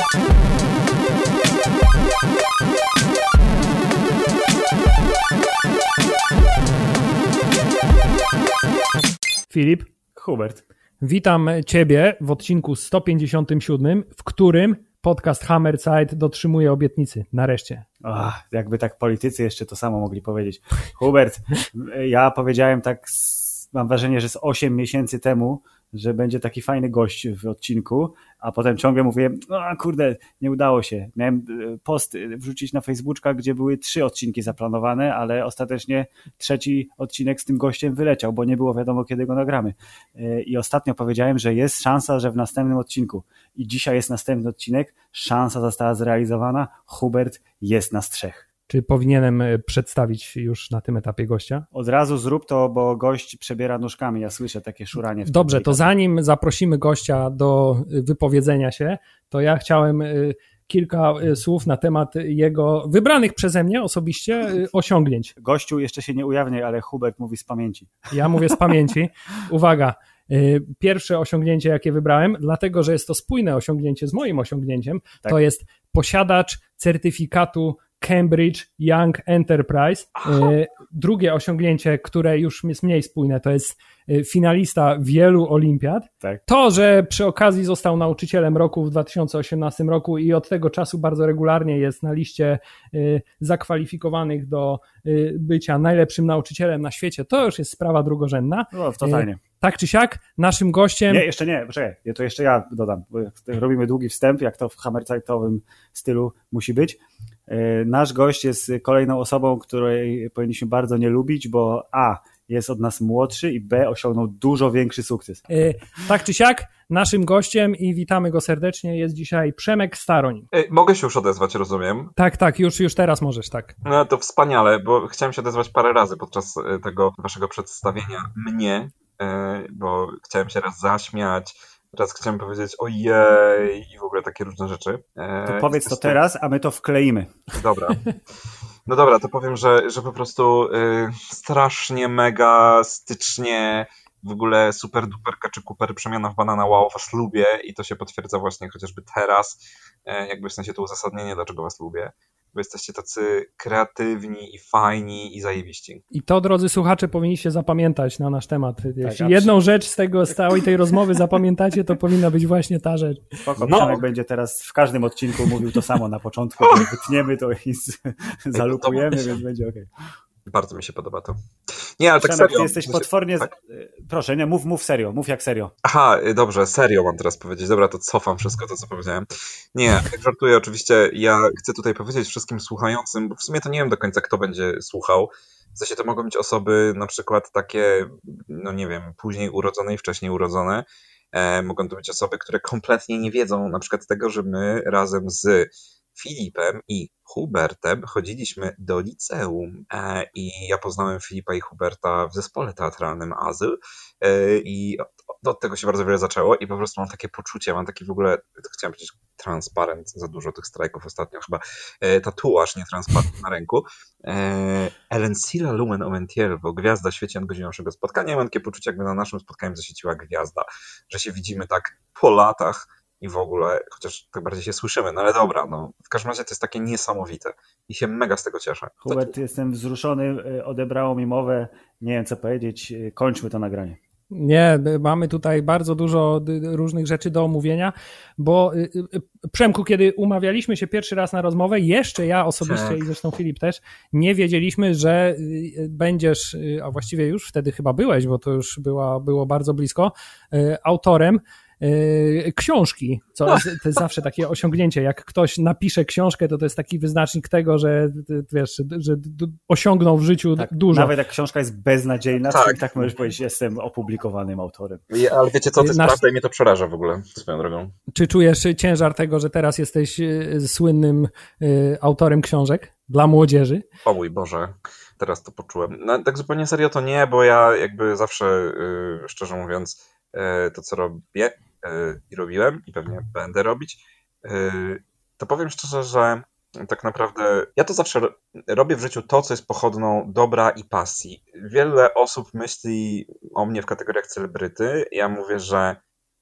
Filip, Hubert. Witam Ciebie w odcinku 157, w którym podcast Hammerside dotrzymuje obietnicy. Nareszcie. Jakby tak politycy jeszcze to samo mogli powiedzieć. Hubert, ja powiedziałem tak, mam wrażenie, że z 8 miesięcy temu, że będzie taki fajny gość w odcinku, a potem ciągle mówię, kurde, nie udało się. Miałem post wrzucić na Facebooka, gdzie były 3 odcinki zaplanowane, ale ostatecznie 3. odcinek z tym gościem wyleciał, bo nie było wiadomo, kiedy go nagramy. I ostatnio powiedziałem, że jest szansa, że w następnym odcinku. I dzisiaj jest następny odcinek, szansa została zrealizowana, Hubert jest nas 3. Czy powinienem przedstawić już na tym etapie gościa? Od razu zrób to, bo gość przebiera nóżkami. Ja słyszę takie szuranie. Dobrze, to zanim zaprosimy gościa do wypowiedzenia się, to ja chciałem kilka słów na temat jego wybranych przeze mnie osobiście osiągnięć. Gościu jeszcze się nie ujawniaj, ale Hubert mówi z pamięci. Ja mówię z pamięci. Uwaga, pierwsze osiągnięcie, jakie wybrałem, dlatego, że jest to spójne osiągnięcie z moim osiągnięciem, to jest posiadacz certyfikatu Cambridge Young Enterprise. Drugie osiągnięcie, które już jest mniej spójne, to jest finalista wielu olimpiad. Tak. To, że przy okazji został nauczycielem roku w 2018 roku i od tego czasu bardzo regularnie jest na liście zakwalifikowanych do bycia najlepszym nauczycielem na świecie, to już jest sprawa drugorzędna. No, totalnie. Tak czy siak, naszym gościem... Nie, jeszcze nie, poczekaj, to jeszcze ja dodam, bo robimy długi wstęp, jak to w Hammerside'owym stylu musi być. Nasz gość jest kolejną osobą, której powinniśmy bardzo nie lubić, bo jest od nas młodszy i B, osiągnął dużo większy sukces. Tak czy siak, naszym gościem i witamy go serdecznie jest dzisiaj Przemek Staroń. Mogę się już odezwać, rozumiem? Tak, już teraz możesz, tak. No to wspaniale, bo chciałem się odezwać parę razy podczas tego waszego przedstawienia mnie, bo chciałem się raz zaśmiać, raz chciałem powiedzieć ojej i w ogóle takie różne rzeczy. To powiedz to teraz, a my to wkleimy. Dobra. No dobra, to powiem, że po prostu strasznie, mega, stycznie, w ogóle super duper kaczy kuper przemiana w banana, wow, was lubię i to się potwierdza właśnie chociażby teraz, jakby w sensie to uzasadnienie, dlaczego was lubię. Bo jesteście tacy kreatywni i fajni i zajebiści. I to, drodzy słuchacze, powinniście zapamiętać na nasz temat. Jeśli jedną rzecz z całej tej rozmowy zapamiętacie, to powinna być właśnie ta rzecz. Spoko, Przemek będzie teraz w każdym odcinku mówił to samo na początku, wytniemy to i zalupujemy, więc będzie okej. Bardzo mi się podoba to. Nie, ale Przemek, tak serio. Ty jesteś potwornie... Tak? Proszę, nie, mów serio, mów jak serio. Aha, dobrze, serio mam teraz powiedzieć. Dobra, to cofam wszystko to, co powiedziałem. Nie, tak żartuję, oczywiście ja chcę tutaj powiedzieć wszystkim słuchającym, bo w sumie to nie wiem do końca, kto będzie słuchał. W sensie to mogą być osoby na przykład takie, no nie wiem, później urodzone i wcześniej urodzone. Mogą to być osoby, które kompletnie nie wiedzą na przykład tego, że my razem z Filipem i Hubertem chodziliśmy do liceum i ja poznałem Filipa i Huberta w zespole teatralnym Azyl i od tego się bardzo wiele zaczęło i po prostu mam takie poczucie, mam taki w ogóle, chciałem powiedzieć transparent, za dużo tych strajków ostatnio chyba, tatuaż nietransparent na ręku. Elencila Lumen Omentielvo, gwiazda świeci nad godziną naszego spotkania. Mam takie poczucie, jakby na naszym spotkaniu zaświeciła gwiazda, że się widzimy tak po latach i w ogóle, chociaż tak bardziej się słyszymy, no ale dobra, no w każdym razie to jest takie niesamowite i się mega z tego cieszę. Hubert, jestem wzruszony, odebrało mi mowę, nie wiem co powiedzieć, kończmy to nagranie. Nie, mamy tutaj bardzo dużo różnych rzeczy do omówienia, bo Przemku, kiedy umawialiśmy się pierwszy raz na rozmowę, jeszcze ja osobiście i zresztą Filip też, nie wiedzieliśmy, że będziesz, a właściwie już wtedy chyba byłeś, bo to już było bardzo blisko, autorem książki, to jest zawsze takie osiągnięcie. Jak ktoś napisze książkę, to jest taki wyznacznik tego, że wiesz, że osiągnął w życiu dużo. Nawet jak książka jest beznadziejna, tak możesz powiedzieć, jestem opublikowanym autorem. Ale wiecie co, to jest prawda i mnie to przeraża w ogóle swoją drogą. Czy czujesz ciężar tego, że teraz jesteś słynnym autorem książek dla młodzieży? O mój Boże, teraz to poczułem. No, tak zupełnie serio to nie, bo ja jakby zawsze, szczerze mówiąc, to co robię i robiłem i pewnie będę robić, to powiem szczerze, że tak naprawdę ja to zawsze robię w życiu to, co jest pochodną dobra i pasji. Wiele osób myśli o mnie w kategoriach celebryty. Ja mówię, że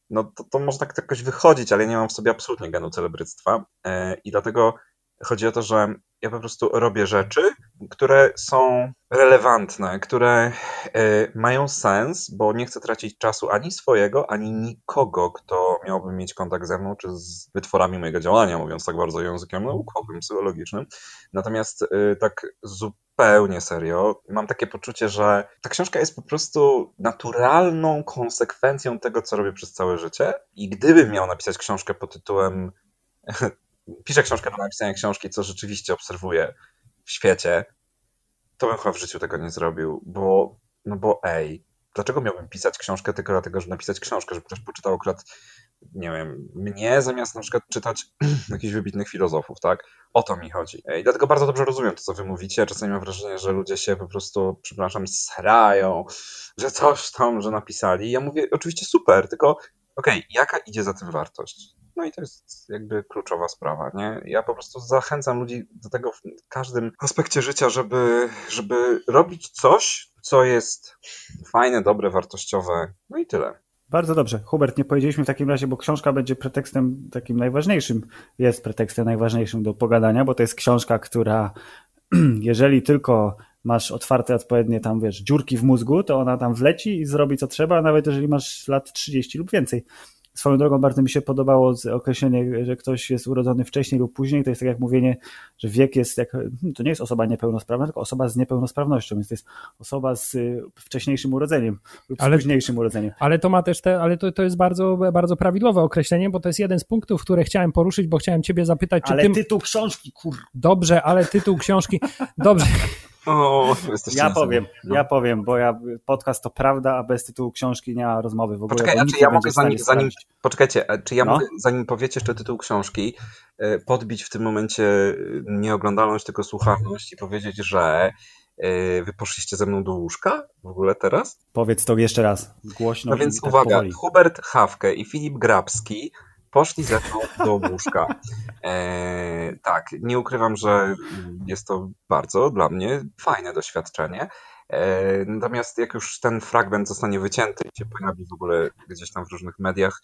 no to może tak jakoś wychodzić, ale ja nie mam w sobie absolutnie genu celebryctwa i dlatego chodzi o to, że ja po prostu robię rzeczy, które są relevantne, które mają sens, bo nie chcę tracić czasu ani swojego, ani nikogo, kto miałby mieć kontakt ze mną, czy z wytworami mojego działania, mówiąc tak bardzo językiem naukowym, psychologicznym. Natomiast tak zupełnie serio, mam takie poczucie, że ta książka jest po prostu naturalną konsekwencją tego, co robię przez całe życie i gdybym miał napisać książkę pod tytułem piszę książkę do napisania książki, co rzeczywiście obserwuję w świecie, to bym chyba w życiu tego nie zrobił, bo dlaczego miałbym pisać książkę tylko dlatego, żeby napisać książkę, żeby ktoś poczytał akurat, nie wiem, mnie, zamiast na przykład czytać jakichś wybitnych filozofów, tak? O to mi chodzi. I dlatego bardzo dobrze rozumiem to, co wy mówicie. Czasami mam wrażenie, że ludzie się po prostu, srają, że coś tam, że napisali. Ja mówię, oczywiście super, tylko jaka idzie za tym wartość? No i to jest jakby kluczowa sprawa, nie? Ja po prostu zachęcam ludzi do tego w każdym aspekcie życia, żeby robić coś, co jest fajne, dobre, wartościowe, no i tyle. Bardzo dobrze. Hubert, nie powiedzieliśmy w takim razie, bo książka będzie pretekstem takim najważniejszym, jest pretekstem najważniejszym do pogadania, bo to jest książka, która jeżeli tylko masz otwarte odpowiednie tam, dziurki w mózgu, to ona tam wleci i zrobi co trzeba, nawet jeżeli masz lat 30 lub więcej. Swoją drogą bardzo mi się podobało określenie, że ktoś jest urodzony wcześniej lub później. To jest tak jak mówienie, że wiek jest to nie jest osoba niepełnosprawna, tylko osoba z niepełnosprawnością, więc to jest osoba z wcześniejszym urodzeniem lub z późniejszym urodzeniem. Ale to ma też to jest bardzo, bardzo prawidłowe określenie, bo to jest jeden z punktów, które chciałem poruszyć, bo chciałem ciebie zapytać, czy tytuł książki, Dobrze, ale tytuł książki, dobrze. Ja powiem, bo podcast to prawda, a bez tytułu książki nie ma rozmowy w ogóle. Poczekaj, czy ja mogę zanim powiecie jeszcze tytuł książki, podbić w tym momencie nieoglądalność, tylko słuchalność i powiedzieć, że wy poszliście ze mną do łóżka w ogóle teraz? Powiedz to jeszcze raz, głośno. No więc uwaga, powoli. Hubert Hawke i Filip Grabski poszli ze mną do łóżka. Tak, nie ukrywam, że jest to bardzo dla mnie fajne doświadczenie. Natomiast jak już ten fragment zostanie wycięty i się pojawi w ogóle gdzieś tam w różnych mediach,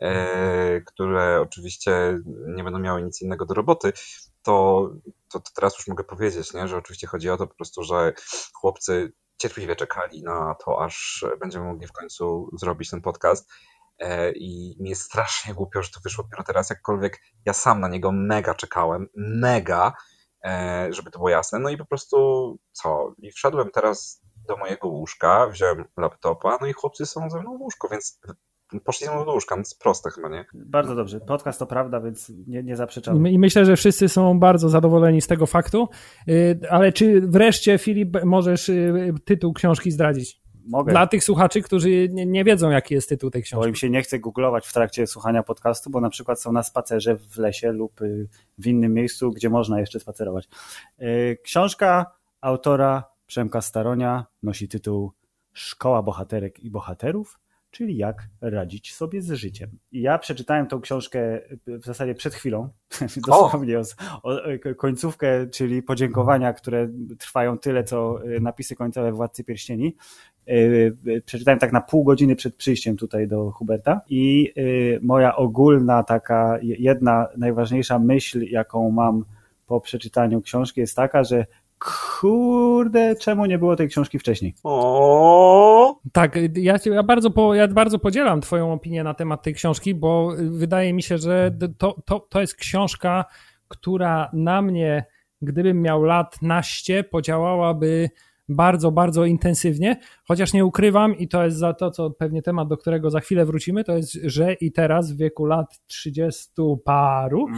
które oczywiście nie będą miały nic innego do roboty, to teraz już mogę powiedzieć, nie? Że oczywiście chodzi o to po prostu, że chłopcy cierpliwie czekali na to, aż będziemy mogli w końcu zrobić ten podcast. I mi jest strasznie głupio, że to wyszło dopiero teraz, jakkolwiek ja sam na niego mega czekałem, żeby to było jasne, no i po prostu i wszedłem teraz do mojego łóżka, wziąłem laptopa, no i chłopcy są ze mną w łóżku, więc poszli ze mną do łóżka, to jest proste chyba, nie? Bardzo dobrze, podcast to prawda, więc nie zaprzeczamy. I myślę, że wszyscy są bardzo zadowoleni z tego faktu, ale czy wreszcie, Filip, możesz tytuł książki zdradzić? Mogę. Dla tych słuchaczy, którzy nie wiedzą, jaki jest tytuł tej książki. Bo im się nie chce googlować w trakcie słuchania podcastu, bo na przykład są na spacerze w lesie lub w innym miejscu, gdzie można jeszcze spacerować. Książka autora Przemka Staronia nosi tytuł Szkoła bohaterek i bohaterów, czyli jak radzić sobie z życiem. I ja przeczytałem tą książkę w zasadzie przed chwilą, dosłownie o końcówkę, czyli podziękowania, które trwają tyle, co napisy końcowe Władcy Pierścieni. Przeczytałem tak na pół godziny przed przyjściem tutaj do Huberta i moja ogólna taka jedna najważniejsza myśl, jaką mam po przeczytaniu książki jest taka, że kurde, czemu nie było tej książki wcześniej? Tak, ja bardzo podzielam twoją opinię na temat tej książki, bo wydaje mi się, że to jest książka, która na mnie, gdybym miał lat naście, podziałałaby bardzo, bardzo intensywnie, chociaż nie ukrywam i to jest za to, co pewnie temat, do którego za chwilę wrócimy, to jest, że i teraz w wieku lat 30 paru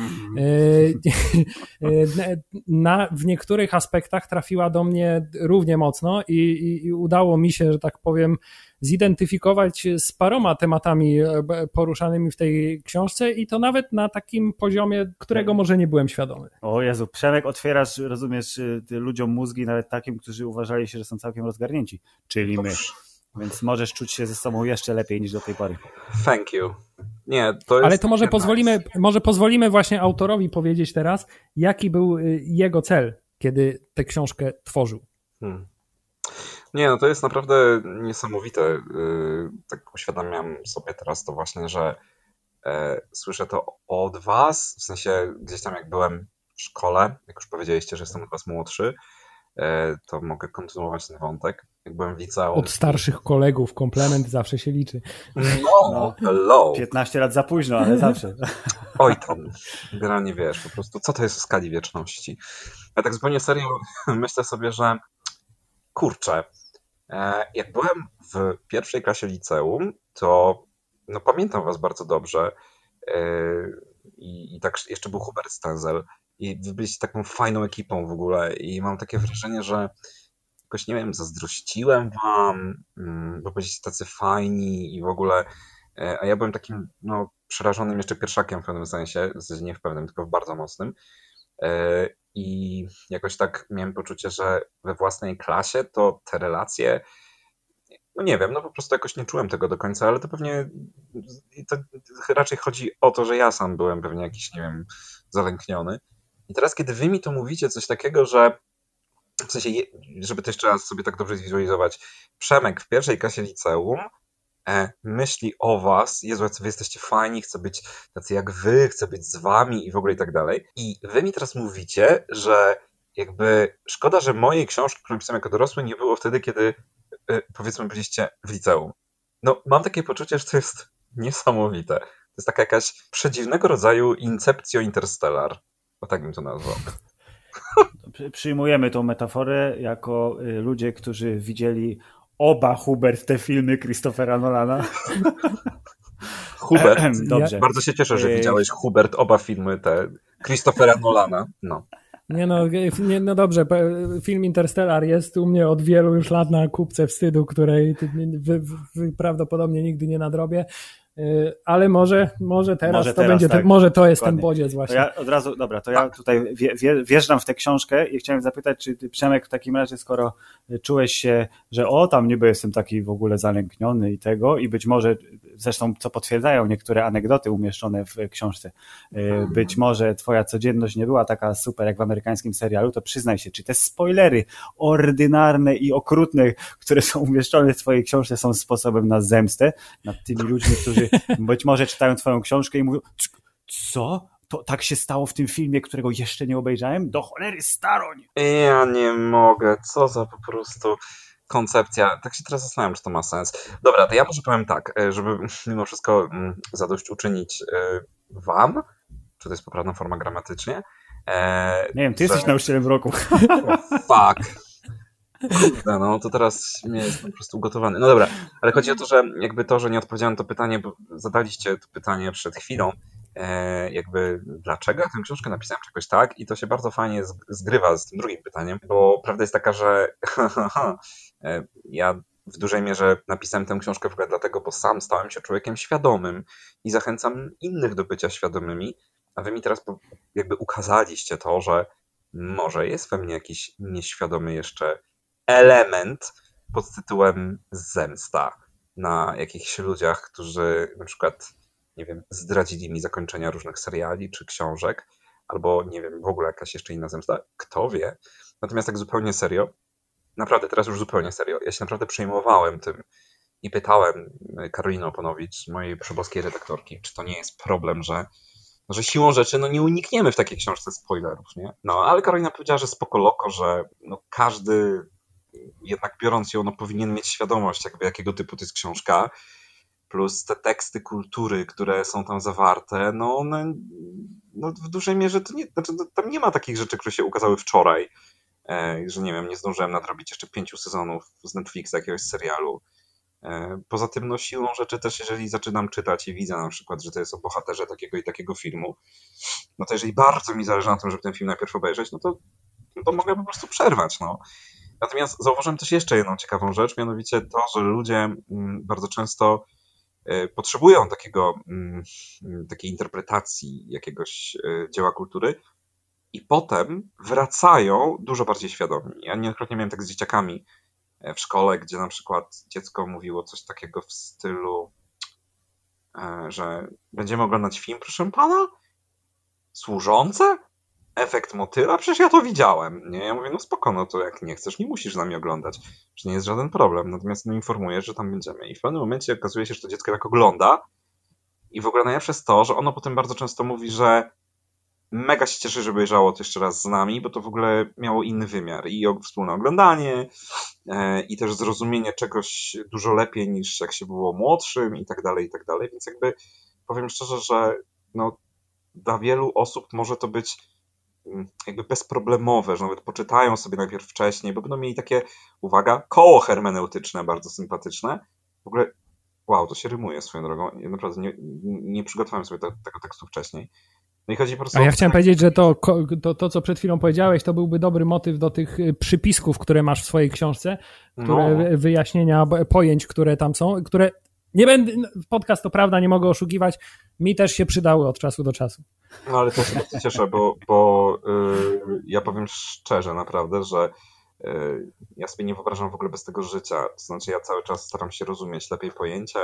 w niektórych aspektach trafiła do mnie równie mocno i udało mi się, że tak powiem, zidentyfikować z paroma tematami poruszanymi w tej książce i to nawet na takim poziomie, którego może nie byłem świadomy. O Jezu, Przemek, otwierasz, rozumiesz, ludziom mózgi, nawet takim, którzy uważali się, że są całkiem rozgarnięci, czyli my. Więc możesz czuć się ze sobą jeszcze lepiej niż do tej pory. Thank you. Nie, to jest. Ale to może pozwolimy właśnie autorowi powiedzieć teraz, jaki był jego cel, kiedy tę książkę tworzył. Nie, no to jest naprawdę niesamowite. Tak uświadamiam sobie teraz to właśnie, że słyszę to od was, w sensie gdzieś tam jak byłem w szkole, jak już powiedzieliście, że jestem od was młodszy, to mogę kontynuować ten wątek. Jak byłem w liceum. Od starszych kolegów komplement zawsze się liczy. No, hello. 15 lat za późno, ale zawsze. Oj tam, generalnie wiesz, po prostu co to jest w skali wieczności. Ja tak zupełnie serio myślę sobie, że kurczę, jak byłem w pierwszej klasie liceum, to no pamiętam was bardzo dobrze i tak jeszcze był Hubert Stenzel i wy byliście taką fajną ekipą w ogóle i mam takie wrażenie, że jakoś, nie wiem, zazdrościłem wam, bo byliście tacy fajni i w ogóle, a ja byłem takim no, przerażonym jeszcze pierwszakiem w pewnym sensie, w sensie nie w pewnym, tylko w bardzo mocnym. I jakoś tak miałem poczucie, że we własnej klasie to te relacje, no nie wiem, no po prostu jakoś nie czułem tego do końca, ale to pewnie to raczej chodzi o to, że ja sam byłem pewnie jakiś, nie wiem, zalękniony. I teraz, kiedy wy mi to mówicie, coś takiego, że w sensie, żeby to jeszcze raz sobie tak dobrze zwizualizować, Przemek w pierwszej klasie liceum myśli o was, Jezu, wy jesteście fajni, chcę być tacy jak wy, chcę być z wami i w ogóle i tak dalej. I wy mi teraz mówicie, że jakby szkoda, że mojej książki, którą pisałem jako dorosły, nie było wtedy, kiedy powiedzmy byliście w liceum. No, mam takie poczucie, że to jest niesamowite. To jest taka jakaś przedziwnego rodzaju Inceptio Interstellar. O tak bym to nazwał. Przyjmujemy tą metaforę jako ludzie, którzy widzieli oba Hubert te filmy Christophera Nolana. Hubert, dobrze. Bardzo się cieszę, że widziałeś Hubert oba filmy te Christophera Nolana. No. No dobrze, film Interstellar jest u mnie od wielu już lat na kupce wstydu, której prawdopodobnie nigdy nie nadrobię, ale może teraz to teraz, będzie, tak. Może to jest dokładnie. Ten bodziec właśnie. To ja od razu, dobra, to ja tutaj wjeżdżam w tę książkę i chciałem zapytać, czy ty, Przemek, w takim razie, skoro czułeś się, że tam niby jestem taki w ogóle zalękniony i tego, i być może, zresztą co potwierdzają niektóre anegdoty umieszczone w książce, być może twoja codzienność nie była taka super jak w amerykańskim serialu, to przyznaj się, czy te spoilery ordynarne i okrutne, które są umieszczone w twojej książce, są sposobem na zemstę nad tymi ludźmi, którzy być może czytają twoją książkę i mówią, co? To tak się stało w tym filmie, którego jeszcze nie obejrzałem? Do cholery staroń! Ja nie mogę, co za po prostu koncepcja. Tak się teraz zastanawiam, czy to ma sens. Dobra, to ja może powiem tak, żeby mimo wszystko zadośćuczynić wam, czy to jest poprawna forma gramatycznie? Nie wiem, ty jesteś nauczycielem roku. Fuck. Kurde, no to teraz mnie jest po prostu ugotowany. No dobra, ale chodzi o to, że jakby to, że nie odpowiedziałem na to pytanie, bo zadaliście to pytanie przed chwilą, jakby dlaczego ja tę książkę napisałem czegoś tak i to się bardzo fajnie zgrywa z tym drugim pytaniem, bo prawda jest taka, że ja w dużej mierze napisałem tę książkę w ogóle dlatego, bo sam stałem się człowiekiem świadomym i zachęcam innych do bycia świadomymi, a wy mi teraz jakby ukazaliście to, że może jest we mnie jakiś nieświadomy jeszcze element pod tytułem zemsta na jakichś ludziach, którzy na przykład, nie wiem, zdradzili mi zakończenia różnych seriali czy książek, albo nie wiem, w ogóle jakaś jeszcze inna zemsta. Kto wie? Natomiast tak zupełnie serio, naprawdę teraz już zupełnie serio, ja się naprawdę przejmowałem tym i pytałem Karoliny Oponowicz, mojej przeboskiej redaktorki, czy to nie jest problem, że siłą rzeczy nie unikniemy w takiej książce spoilerów, nie? No, ale Karolina powiedziała, że spoko loko, że każdy jednak biorąc ją, powinien mieć świadomość jakby jakiego typu to jest książka, plus te teksty kultury, które są tam zawarte, one w dużej mierze to nie, znaczy tam nie ma takich rzeczy, które się ukazały wczoraj, że nie wiem, nie zdążyłem nadrobić jeszcze 5 sezonów z Netflixa jakiegoś serialu. Poza tym siłą rzeczy też, jeżeli zaczynam czytać i widzę na przykład, że to jest o bohaterze takiego i takiego filmu, to jeżeli bardzo mi zależy na tym, żeby ten film najpierw obejrzeć, to mogę po prostu przerwać, Natomiast zauważyłem też jeszcze jedną ciekawą rzecz, mianowicie to, że ludzie bardzo często potrzebują takiej interpretacji jakiegoś dzieła kultury i potem wracają dużo bardziej świadomi. Ja niejednokrotnie miałem tak z dzieciakami w szkole, gdzie na przykład dziecko mówiło coś takiego w stylu, że będziemy oglądać film, proszę pana? Służące? efekt motyla? Przecież ja to widziałem, nie? Ja mówię, no spoko, no to jak nie chcesz, nie musisz z nami oglądać, że nie jest żaden problem, natomiast informuję, że tam będziemy. I w pewnym momencie okazuje się, że to dziecko tak ogląda i w ogóle najlepsze jest to, że ono potem bardzo często mówi, że mega się cieszy, że obejrzało to jeszcze raz z nami, bo to w ogóle miało inny wymiar i wspólne oglądanie i też zrozumienie czegoś dużo lepiej niż jak się było młodszym i tak dalej, więc jakby powiem szczerze, że no, dla wielu osób może to być jakby bezproblemowe, że nawet poczytają sobie najpierw wcześniej, bo będą mieli takie, uwaga, koło hermeneutyczne bardzo sympatyczne. W ogóle, wow, to się rymuje swoją drogą. Ja naprawdę nie przygotowałem sobie tego tekstu wcześniej. No i chodzi po prostu A ja chciałem powiedzieć, że to, co przed chwilą powiedziałeś, to byłby dobry motyw do tych przypisków, które masz w swojej książce, wyjaśnienia pojęć, które tam są, które nie będę, podcast to prawda, nie mogę oszukiwać, mi też się przydały od czasu do czasu. No ale też się cieszę, bo ja powiem szczerze naprawdę, że ja sobie nie wyobrażam w ogóle bez tego życia. To znaczy ja cały czas staram się rozumieć lepiej pojęcia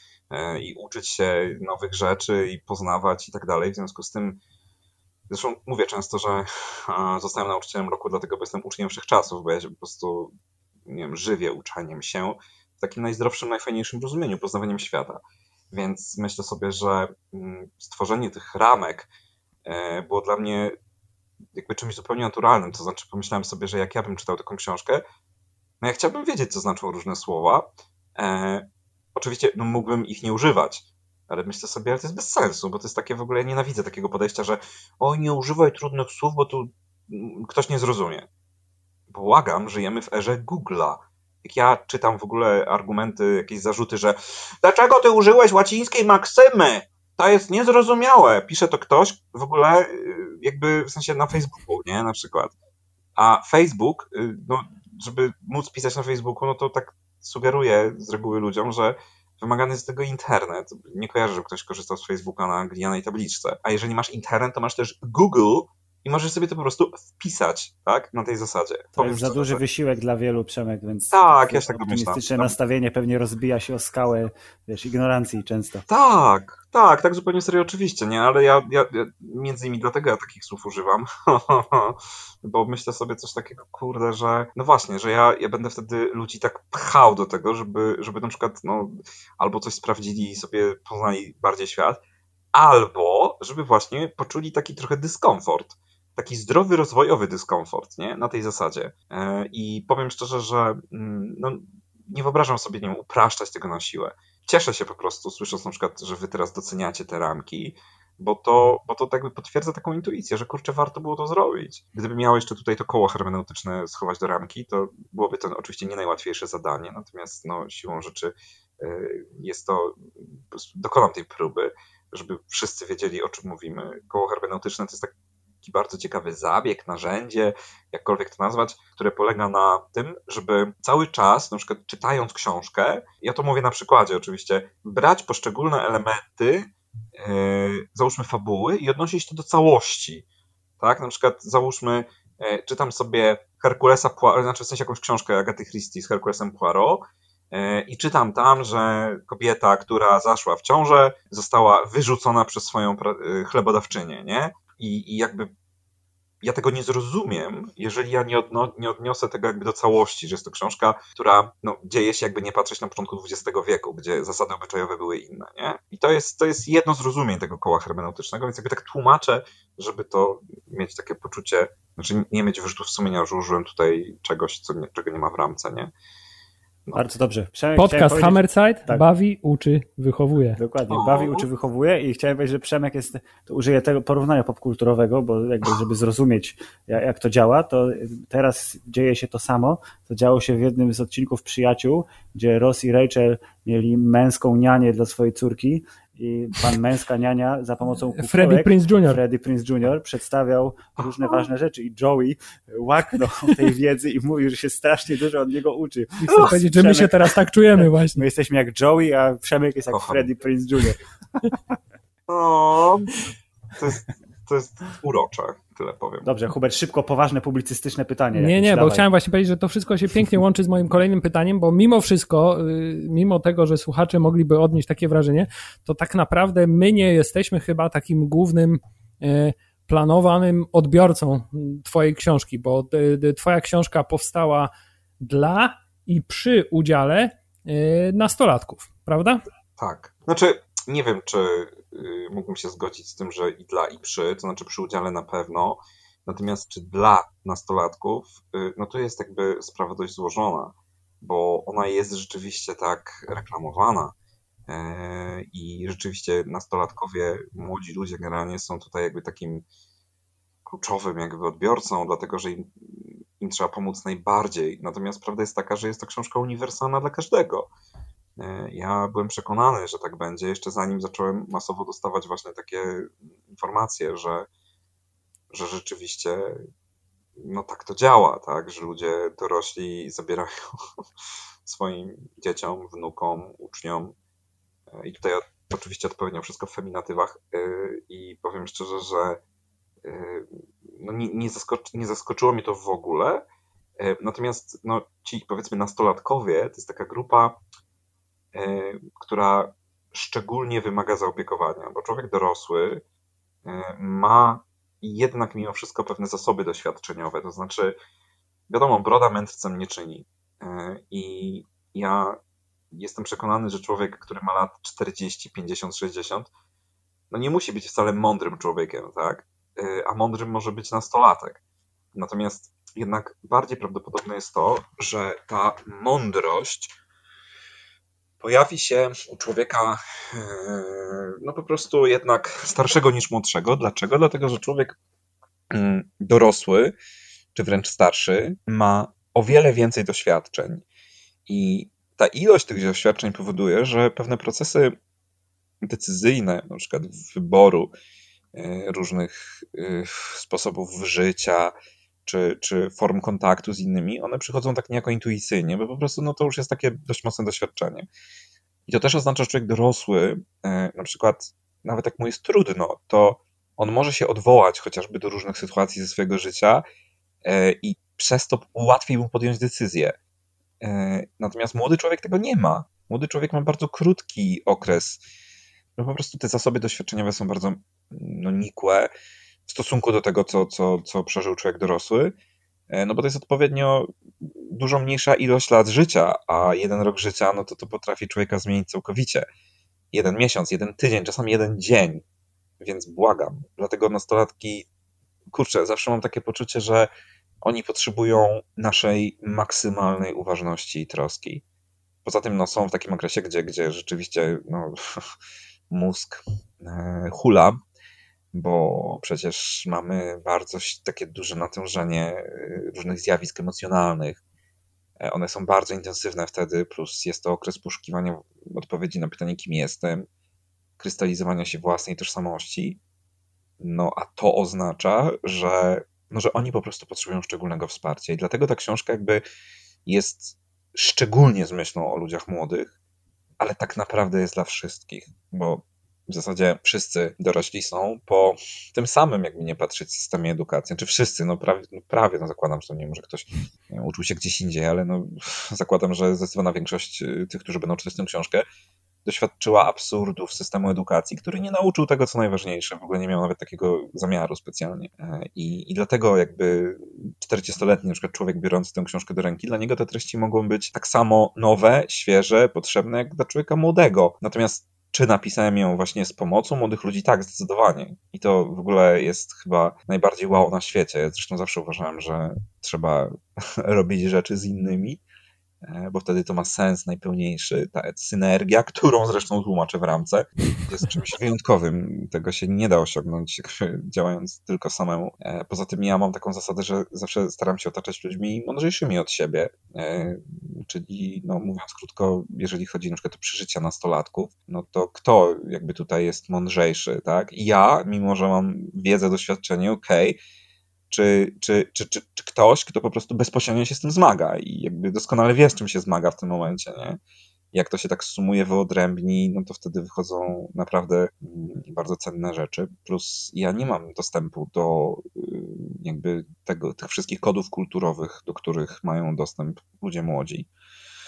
i uczyć się nowych rzeczy i poznawać i tak dalej. W związku z tym, zresztą mówię często, że zostałem nauczycielem roku dlatego, bo jestem uczniem wszechczasów, bo ja się po prostu, nie wiem, żywię uczeniem się w takim najzdrowszym, najfajniejszym rozumieniu, poznawaniem świata. Więc myślę sobie, że stworzenie tych ramek było dla mnie jakby czymś zupełnie naturalnym. To znaczy pomyślałem sobie, że jak ja bym czytał taką książkę, no ja chciałbym wiedzieć, co znaczą różne słowa. Oczywiście mógłbym ich nie używać, ale myślę sobie, ale to jest bez sensu, bo to jest takie w ogóle, ja nienawidzę takiego podejścia, że oj, nie używaj trudnych słów, bo tu ktoś nie zrozumie. Błagam, żyjemy w erze Google'a. Jak ja czytam w ogóle argumenty, jakieś zarzuty, że dlaczego ty użyłeś łacińskiej maksymy? To jest niezrozumiałe. Pisze to ktoś w ogóle jakby w sensie na Facebooku, nie? Na przykład. A Facebook, no, żeby móc pisać na Facebooku, no to tak sugeruje z reguły ludziom, że wymagany jest z tego internet. Nie kojarzę, żeby ktoś korzystał z Facebooka na glinianej tabliczce. A jeżeli masz internet, to masz też Google i możesz sobie to po prostu wpisać, tak? Na tej zasadzie. To jest za duży wysiłek dla wielu, Przemek, więc tak, ja się tak optymistyczne nastawienie pewnie rozbija się o skałę, wiesz, ignorancji często. Tak, zupełnie serio oczywiście, nie? Ale ja między innymi dlatego ja takich słów używam, bo myślę sobie coś takiego, kurde, że no właśnie, że ja będę wtedy ludzi tak pchał do tego, żeby na przykład, no, albo coś sprawdzili i sobie poznali bardziej świat, albo żeby właśnie poczuli taki trochę dyskomfort. Taki zdrowy, rozwojowy dyskomfort, nie? Na tej zasadzie. I powiem szczerze, że no, nie wyobrażam sobie, nie wiem, upraszczać tego na siłę. Cieszę się po prostu, słysząc na przykład, że wy teraz doceniacie te ramki, bo to jakby potwierdza taką intuicję, że kurczę, warto było to zrobić. Gdyby miało jeszcze tutaj to koło hermeneutyczne schować do ramki, to byłoby to oczywiście nie najłatwiejsze zadanie, natomiast no, siłą rzeczy jest to, dokonam tej próby, żeby wszyscy wiedzieli, o czym mówimy. Koło hermeneutyczne to jest taki bardzo ciekawy zabieg, narzędzie, jakkolwiek to nazwać, które polega na tym, żeby cały czas, na przykład czytając książkę, ja to mówię na przykładzie oczywiście, brać poszczególne elementy, załóżmy fabuły i odnosić to do całości. Tak? Na przykład załóżmy, czytam sobie Herkulesa Poirot, znaczy w sensie jakąś książkę Agaty Christie z Herkulesem Poirot, i czytam tam, że kobieta, która zaszła w ciążę, została wyrzucona przez swoją chlebodawczynię, nie? I jakby ja tego nie zrozumiem, jeżeli ja nie odniosę tego jakby do całości, że jest to książka, która no, dzieje się jakby nie patrzeć na początku XX wieku, gdzie zasady obyczajowe były inne, nie? I to jest jedno zrozumienie tego koła hermeneutycznego, więc jakby tak tłumaczę, żeby to mieć takie poczucie, znaczy nie mieć wyrzutów sumienia, że użyłem tutaj czegoś, czego nie ma w ramce, nie? No. Bardzo dobrze. Podcast Hammerside bawi, uczy, wychowuje. Dokładnie, bawi, uczy, wychowuje i chciałem powiedzieć, że Przemek jest, to użyję tego porównania popkulturowego, bo jakby żeby zrozumieć jak to działa, to teraz dzieje się to samo, co działo się w jednym z odcinków Przyjaciół, gdzie Ross i Rachel mieli męską nianię dla swojej córki i pan męska niania za pomocą Freddie Prinze Jr. przedstawiał różne ważne rzeczy i Joey łaknął tej wiedzy i mówił, że się strasznie dużo od niego uczy. I chcę powiedzieć, że my się teraz tak czujemy właśnie. My jesteśmy jak Joey, a Przemek jest jak Freddie Prinze Jr. To jest urocze, tyle powiem. Dobrze, Hubert, szybko, poważne, publicystyczne pytanie. Nie, bo chciałem właśnie powiedzieć, że to wszystko się pięknie łączy z moim kolejnym pytaniem, bo mimo wszystko, mimo tego, że słuchacze mogliby odnieść takie wrażenie, to tak naprawdę my nie jesteśmy chyba takim głównym planowanym odbiorcą twojej książki, bo twoja książka powstała dla i przy udziale nastolatków, prawda? Tak. Znaczy, nie wiem, czy mógłbym się zgodzić z tym, że i dla, i przy, to znaczy przy udziale na pewno, natomiast czy dla nastolatków, no to jest jakby sprawa dość złożona, bo ona jest rzeczywiście tak reklamowana i rzeczywiście nastolatkowie, młodzi ludzie generalnie są tutaj jakby takim kluczowym jakby odbiorcą, dlatego że im trzeba pomóc najbardziej. Natomiast prawda jest taka, że jest to książka uniwersalna dla każdego. Ja byłem przekonany, że tak będzie, jeszcze zanim zacząłem masowo dostawać właśnie takie informacje, że rzeczywiście no tak to działa, tak, że ludzie dorośli zabierają swoim dzieciom, wnukom, uczniom i tutaj oczywiście odpowiednio wszystko w feminatywach i powiem szczerze, że no nie zaskoczyło mnie to w ogóle, natomiast no, ci powiedzmy nastolatkowie to jest taka grupa, która szczególnie wymaga zaopiekowania, bo człowiek dorosły ma jednak mimo wszystko pewne zasoby doświadczeniowe, to znaczy wiadomo, broda mędrcem nie czyni i ja jestem przekonany, że człowiek, który ma lat 40, 50, 60 no nie musi być wcale mądrym człowiekiem, tak? A mądrym może być nastolatek. Natomiast jednak bardziej prawdopodobne jest to, że ta mądrość pojawi się u człowieka no po prostu jednak starszego niż młodszego. Dlaczego? Dlatego, że człowiek dorosły, czy wręcz starszy, ma o wiele więcej doświadczeń. I ta ilość tych doświadczeń powoduje, że pewne procesy decyzyjne, na przykład wyboru różnych sposobów życia, czy form kontaktu z innymi, one przychodzą tak niejako intuicyjnie, bo po prostu no to już jest takie dość mocne doświadczenie. I to też oznacza, że człowiek dorosły, na przykład nawet jak mu jest trudno, to on może się odwołać chociażby do różnych sytuacji ze swojego życia i przez to łatwiej mu podjąć decyzję. Natomiast młody człowiek tego nie ma. Młody człowiek ma bardzo krótki okres. No po prostu te zasoby doświadczeniowe są bardzo nikłe w stosunku do tego, co przeżył człowiek dorosły. No bo to jest odpowiednio dużo mniejsza ilość lat życia, a 1 rok życia, no to potrafi człowieka zmienić całkowicie. 1 miesiąc, 1 tydzień, czasami 1 dzień. Więc błagam. Dlatego nastolatki, kurczę, zawsze mam takie poczucie, że oni potrzebują naszej maksymalnej uważności i troski. Poza tym no, są w takim okresie, gdzie rzeczywiście no, mózg hula, bo przecież mamy bardzo takie duże natężenie różnych zjawisk emocjonalnych. One są bardzo intensywne wtedy, plus jest to okres poszukiwania odpowiedzi na pytanie, kim jestem, krystalizowania się własnej tożsamości. No a to oznacza, że oni po prostu potrzebują szczególnego wsparcia. I dlatego ta książka jakby jest szczególnie z myślą o ludziach młodych, ale tak naprawdę jest dla wszystkich, bo w zasadzie wszyscy dorośli są po tym samym, jakby nie patrzeć, systemie edukacji. Czy wszyscy, prawie zakładam, że to nie może ktoś uczył się gdzieś indziej, ale zakładam, że zdecydowana większość tych, którzy będą czytać tę książkę, doświadczyła absurdów systemu edukacji, który nie nauczył tego, co najważniejsze, w ogóle nie miał nawet takiego zamiaru specjalnie. I dlatego jakby 40-letni na przykład człowiek biorący tę książkę do ręki, dla niego te treści mogą być tak samo nowe, świeże, potrzebne jak dla człowieka młodego. Natomiast czy napisałem ją właśnie z pomocą młodych ludzi? Tak, zdecydowanie. I to w ogóle jest chyba najbardziej wow na świecie. Zresztą zawsze uważałem, że trzeba robić rzeczy z innymi, bo wtedy to ma sens najpełniejszy. Ta synergia, którą zresztą tłumaczę w ramce, jest czymś wyjątkowym. Tego się nie da osiągnąć działając tylko samemu. Poza tym ja mam taką zasadę, że zawsze staram się otaczać ludźmi mądrzejszymi od siebie. Czyli mówiąc krótko, jeżeli chodzi na przykład o przeżycia nastolatków, no to kto jakby tutaj jest mądrzejszy, tak? I ja, mimo że mam wiedzę, doświadczenie, okej, czy ktoś, kto po prostu bezpośrednio się z tym zmaga i jakby doskonale wie, z czym się zmaga w tym momencie, nie? Jak to się tak sumuje, wyodrębni, no to wtedy wychodzą naprawdę bardzo cenne rzeczy. Plus ja nie mam dostępu do jakby tych wszystkich kodów kulturowych, do których mają dostęp ludzie młodzi.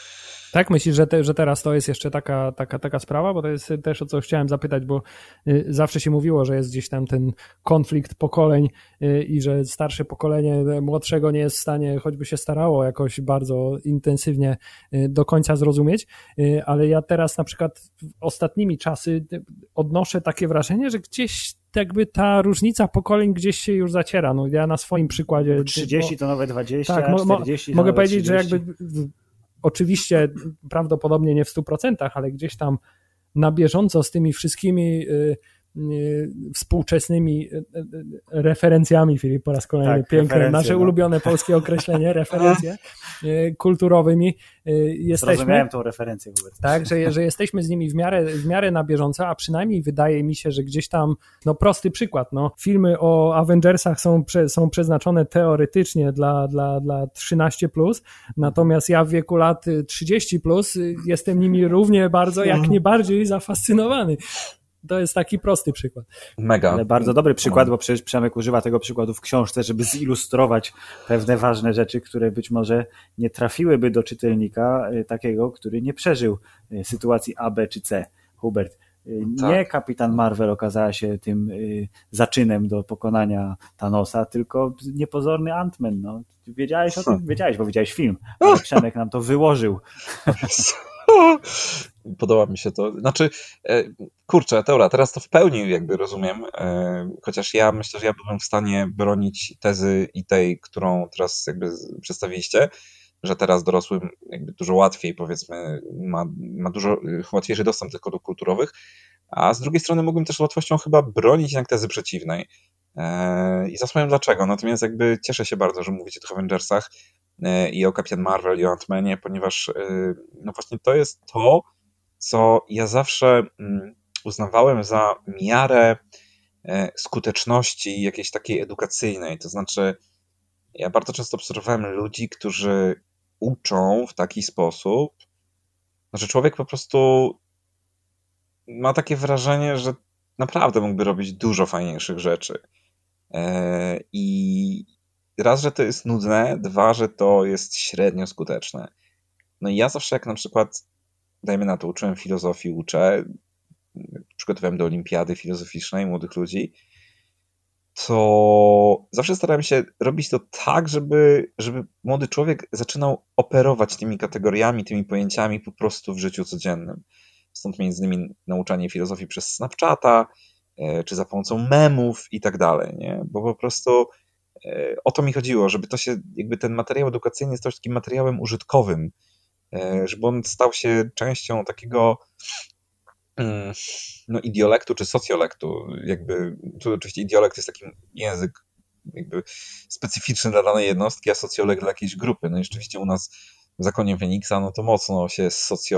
Tak? Myślisz, że teraz to jest jeszcze taka sprawa? Bo to jest też o co chciałem zapytać, bo zawsze się mówiło, że jest gdzieś tam ten konflikt pokoleń i że starsze pokolenie młodszego nie jest w stanie, choćby się starało jakoś bardzo intensywnie do końca zrozumieć, ale ja teraz na przykład ostatnimi czasy odnoszę takie wrażenie, że gdzieś jakby ta różnica pokoleń gdzieś się już zaciera. No ja na swoim przykładzie... 30 to nowe 20, tak, 40 to mogę nowe powiedzieć, 30. że jakby oczywiście prawdopodobnie nie w 100%, ale gdzieś tam na bieżąco z tymi wszystkimi współczesnymi referencjami, Filip, po raz kolejny tak, piękne, nasze ulubione polskie określenie, referencje kulturowymi jesteśmy. Zrozumiałem tą referencję. Tak, że jesteśmy z nimi w miarę na bieżąco, a przynajmniej wydaje mi się, że gdzieś tam, no prosty przykład, no filmy o Avengersach są przeznaczone teoretycznie dla 13+, natomiast ja w wieku lat 30+ jestem nimi równie bardzo, jak nie bardziej zafascynowany. To jest taki prosty przykład. Mega. Ale bardzo dobry przykład, bo przecież Przemek używa tego przykładu w książce, żeby zilustrować pewne ważne rzeczy, które być może nie trafiłyby do czytelnika takiego, który nie przeżył sytuacji A, B czy C. Hubert, nie Kapitan Marvel okazała się tym zaczynem do pokonania Thanosa, tylko niepozorny Ant-Man. No. Wiedziałeś o tym? Wiedziałeś, bo widziałeś film, ale Przemek nam to wyłożył. Podoba mi się to. Znaczy, kurczę, Teora, teraz to w pełni jakby rozumiem, chociaż ja myślę, że ja byłem w stanie bronić tezy i tej, którą teraz jakby przedstawiliście, że teraz dorosłym jakby dużo łatwiej, powiedzmy, ma dużo łatwiejszy dostęp do tych kodów kulturowych, a z drugiej strony mógłbym też z łatwością chyba bronić jednak tezy przeciwnej. I zasłaniam dlaczego. Natomiast jakby cieszę się bardzo, że mówicie o tych Avengersach i o Captain Marvel i o Ant-Manie, ponieważ no właśnie to jest to, co ja zawsze uznawałem za miarę skuteczności jakiejś takiej edukacyjnej. To znaczy, ja bardzo często obserwowałem ludzi, którzy uczą w taki sposób, że człowiek po prostu ma takie wrażenie, że naprawdę mógłby robić dużo fajniejszych rzeczy. I raz, że to jest nudne, dwa, że to jest średnio skuteczne. No i ja zawsze jak na przykład, dajmy na to, uczyłem filozofii, przygotowałem do olimpiady filozoficznej młodych ludzi, to zawsze starałem się robić to tak, żeby młody człowiek zaczynał operować tymi kategoriami, tymi pojęciami po prostu w życiu codziennym. Stąd między innymi nauczanie filozofii przez Snapchata, czy za pomocą memów i tak dalej, nie? Bo po prostu o to mi chodziło, żeby to się, jakby ten materiał edukacyjny stał się takim materiałem użytkowym, żeby on stał się częścią takiego no, idiolektu czy socjolektu. Jakby, tu oczywiście idiolekt jest taki język jakby specyficzny dla danej jednostki, a socjolekt dla jakiejś grupy. No i rzeczywiście u nas w zakonie Feniksa, no to mocno się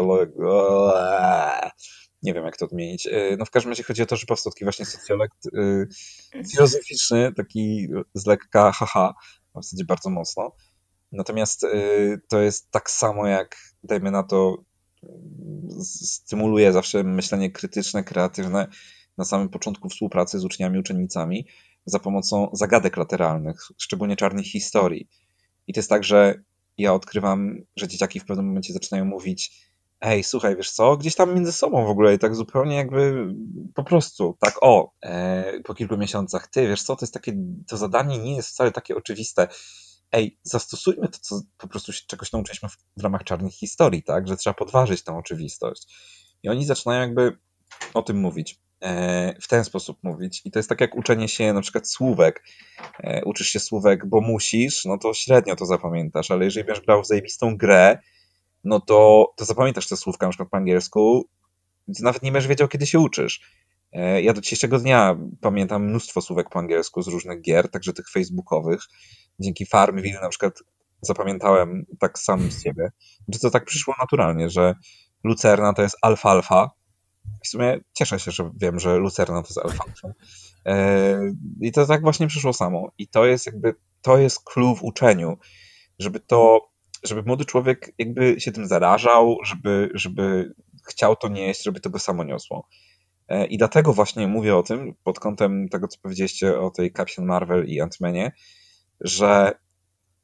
nie wiem jak to odmienić. No w każdym razie chodzi o to, że powstał taki właśnie socjolekt filozoficzny, taki z lekka haha, w zasadzie bardzo mocno. Natomiast to jest tak samo jak, dajmy na to, stymuluje zawsze myślenie krytyczne, kreatywne na samym początku współpracy z uczniami, uczennicami za pomocą zagadek lateralnych, szczególnie czarnych historii. I to jest tak, że ja odkrywam, że dzieciaki w pewnym momencie zaczynają mówić: ej, słuchaj, wiesz co, gdzieś tam między sobą w ogóle i tak zupełnie jakby po prostu, tak po kilku miesiącach, ty, wiesz co, to jest takie, to zadanie nie jest wcale takie oczywiste. Ej, zastosujmy to, co po prostu się czegoś nauczyliśmy w ramach czarnych historii, tak, że trzeba podważyć tę oczywistość. I oni zaczynają jakby o tym mówić, w ten sposób mówić. I to jest tak jak uczenie się na przykład słówek. Uczysz się słówek, bo musisz, no to średnio to zapamiętasz, ale jeżeli będziesz grał w zajebistą grę, no to zapamiętasz te słówka na przykład po angielsku, nawet nie będziesz wiedział, kiedy się uczysz. Ja do dzisiejszego dnia pamiętam mnóstwo słówek po angielsku z różnych gier, także tych facebookowych. Dzięki Farmville na przykład zapamiętałem tak sam z siebie. Że to tak przyszło naturalnie, że lucerna to jest alfalfa. W sumie cieszę się, że wiem, że lucerna to jest alfalfa. I to tak właśnie przyszło samo. I to jest jakby, to jest clue w uczeniu, żeby młody człowiek jakby się tym zarażał, żeby chciał to nieść, żeby to go samo niosło. I dlatego właśnie mówię o tym pod kątem tego, co powiedzieliście o tej Captain Marvel i Ant-Manie, że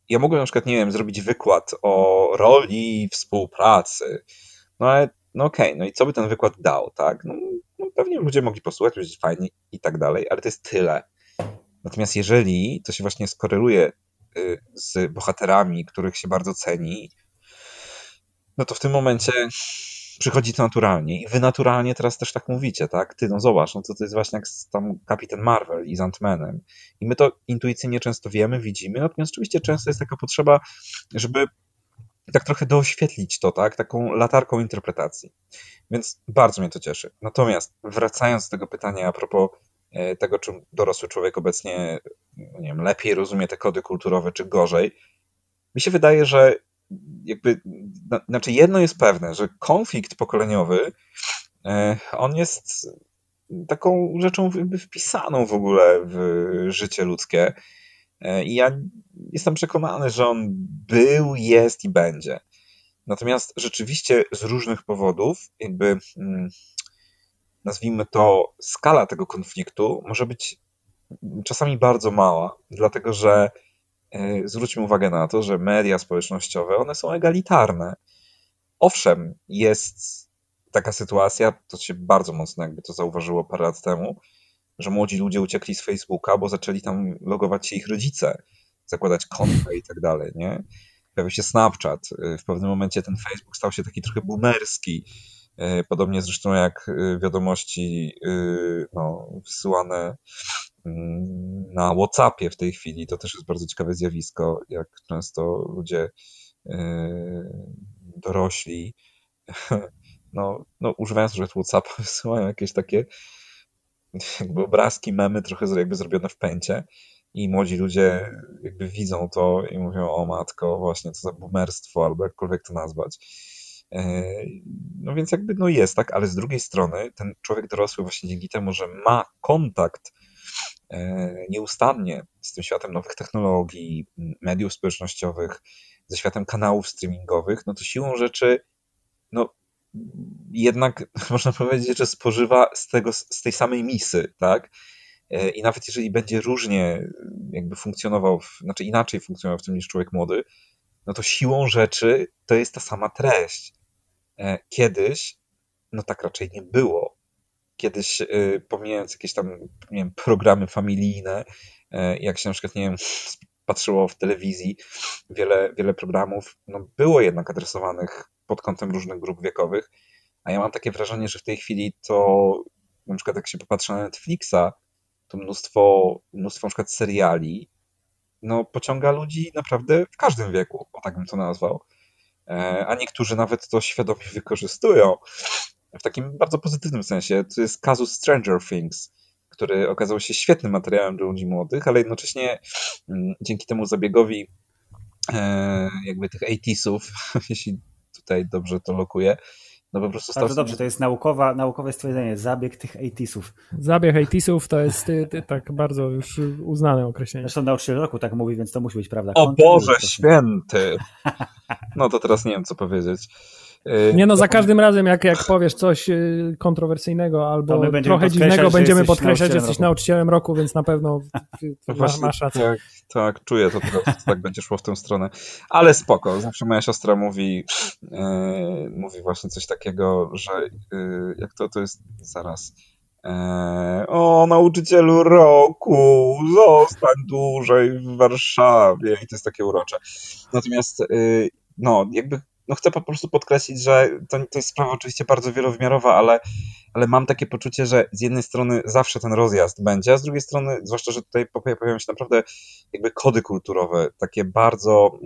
ja mogłem na przykład, nie wiem, zrobić wykład o roli współpracy, no ale no okej, no i co by ten wykład dał, tak? No pewnie ludzie mogli posłuchać, będzie fajnie i tak dalej, ale to jest tyle. Natomiast jeżeli to się właśnie skoreluje z bohaterami, których się bardzo ceni, no to w tym momencie przychodzi to naturalnie i wy naturalnie teraz też tak mówicie, tak? Ty, no zobacz, no to jest właśnie jak tam Kapitan Marvel i z Ant-Manem. I my to intuicyjnie często wiemy, widzimy, natomiast oczywiście często jest taka potrzeba, żeby tak trochę doświetlić to, tak? Taką latarką interpretacji. Więc bardzo mnie to cieszy. Natomiast wracając do tego pytania a propos tego, czy dorosły człowiek obecnie, nie wiem, lepiej rozumie te kody kulturowe, czy gorzej, mi się wydaje, że jakby, znaczy jedno jest pewne, że konflikt pokoleniowy, on jest taką rzeczą jakby wpisaną w ogóle w życie ludzkie i ja jestem przekonany, że on był, jest i będzie. Natomiast rzeczywiście z różnych powodów jakby nazwijmy to skala tego konfliktu może być czasami bardzo mała, dlatego że zwróćmy uwagę na to, że media społecznościowe, one są egalitarne. Owszem, jest taka sytuacja, to się bardzo mocno jakby to zauważyło parę lat temu, że młodzi ludzie uciekli z Facebooka, bo zaczęli tam logować się ich rodzice, zakładać konta i tak dalej, nie? Pojawił się Snapchat. W pewnym momencie ten Facebook stał się taki trochę boomerski. Podobnie zresztą jak wiadomości wysyłane na WhatsAppie w tej chwili. To też jest bardzo ciekawe zjawisko, jak często ludzie dorośli używając używać WhatsAppa wysyłają jakieś takie jakby obrazki, memy trochę jakby zrobione w pęcie i młodzi ludzie jakby widzą to i mówią: o matko, właśnie co za boomerstwo, albo jakkolwiek to nazwać. No więc jakby jest, tak, ale z drugiej strony ten człowiek dorosły właśnie dzięki temu, że ma kontakt nieustannie z tym światem nowych technologii, mediów społecznościowych, ze światem kanałów streamingowych, no to siłą rzeczy jednak można powiedzieć, że spożywa z tej samej misy, tak? I nawet jeżeli będzie różnie jakby funkcjonował, znaczy inaczej funkcjonował w tym niż człowiek młody, no to siłą rzeczy to jest ta sama treść. Kiedyś, tak raczej nie było. Kiedyś, pomijając jakieś tam, nie wiem, programy familijne, jak się na przykład, nie wiem, patrzyło w telewizji, wiele programów, było jednak adresowanych pod kątem różnych grup wiekowych, a ja mam takie wrażenie, że w tej chwili to, na przykład jak się popatrzy na Netflixa, to mnóstwo na przykład seriali, pociąga ludzi naprawdę w każdym wieku, o tak bym to nazwał. A niektórzy nawet to świadomie wykorzystują w takim bardzo pozytywnym sensie. To jest kazus Stranger Things, który okazał się świetnym materiałem dla ludzi młodych, ale jednocześnie dzięki temu zabiegowi jakby tych 80sów, jeśli tutaj dobrze to lokuję, po prostu bardzo dobrze, to jest naukowe stwierdzenie, zabieg tych 80sów. Zabieg 80sów to jest tak bardzo już uznane określenie. Zresztą nauczyciel roku tak mówi, więc to musi być prawda. O Boże święty! To teraz nie wiem, co powiedzieć. Za każdym razem, jak powiesz coś kontrowersyjnego albo trochę dziwnego, będziemy podkreślać, że jesteś nauczycielem roku, więc na pewno masz rację. Tak, czuję to teraz, tak będzie szło w tę stronę. Ale spoko, zawsze moja siostra mówi właśnie coś takiego, że jak to jest zaraz... o, nauczycielu roku, zostań dłużej w Warszawie. I to jest takie urocze. Natomiast chcę po prostu podkreślić, że to jest sprawa oczywiście bardzo wielowymiarowa, ale mam takie poczucie, że z jednej strony zawsze ten rozjazd będzie, a z drugiej strony, zwłaszcza, że tutaj pojawiają się naprawdę jakby kody kulturowe, takie bardzo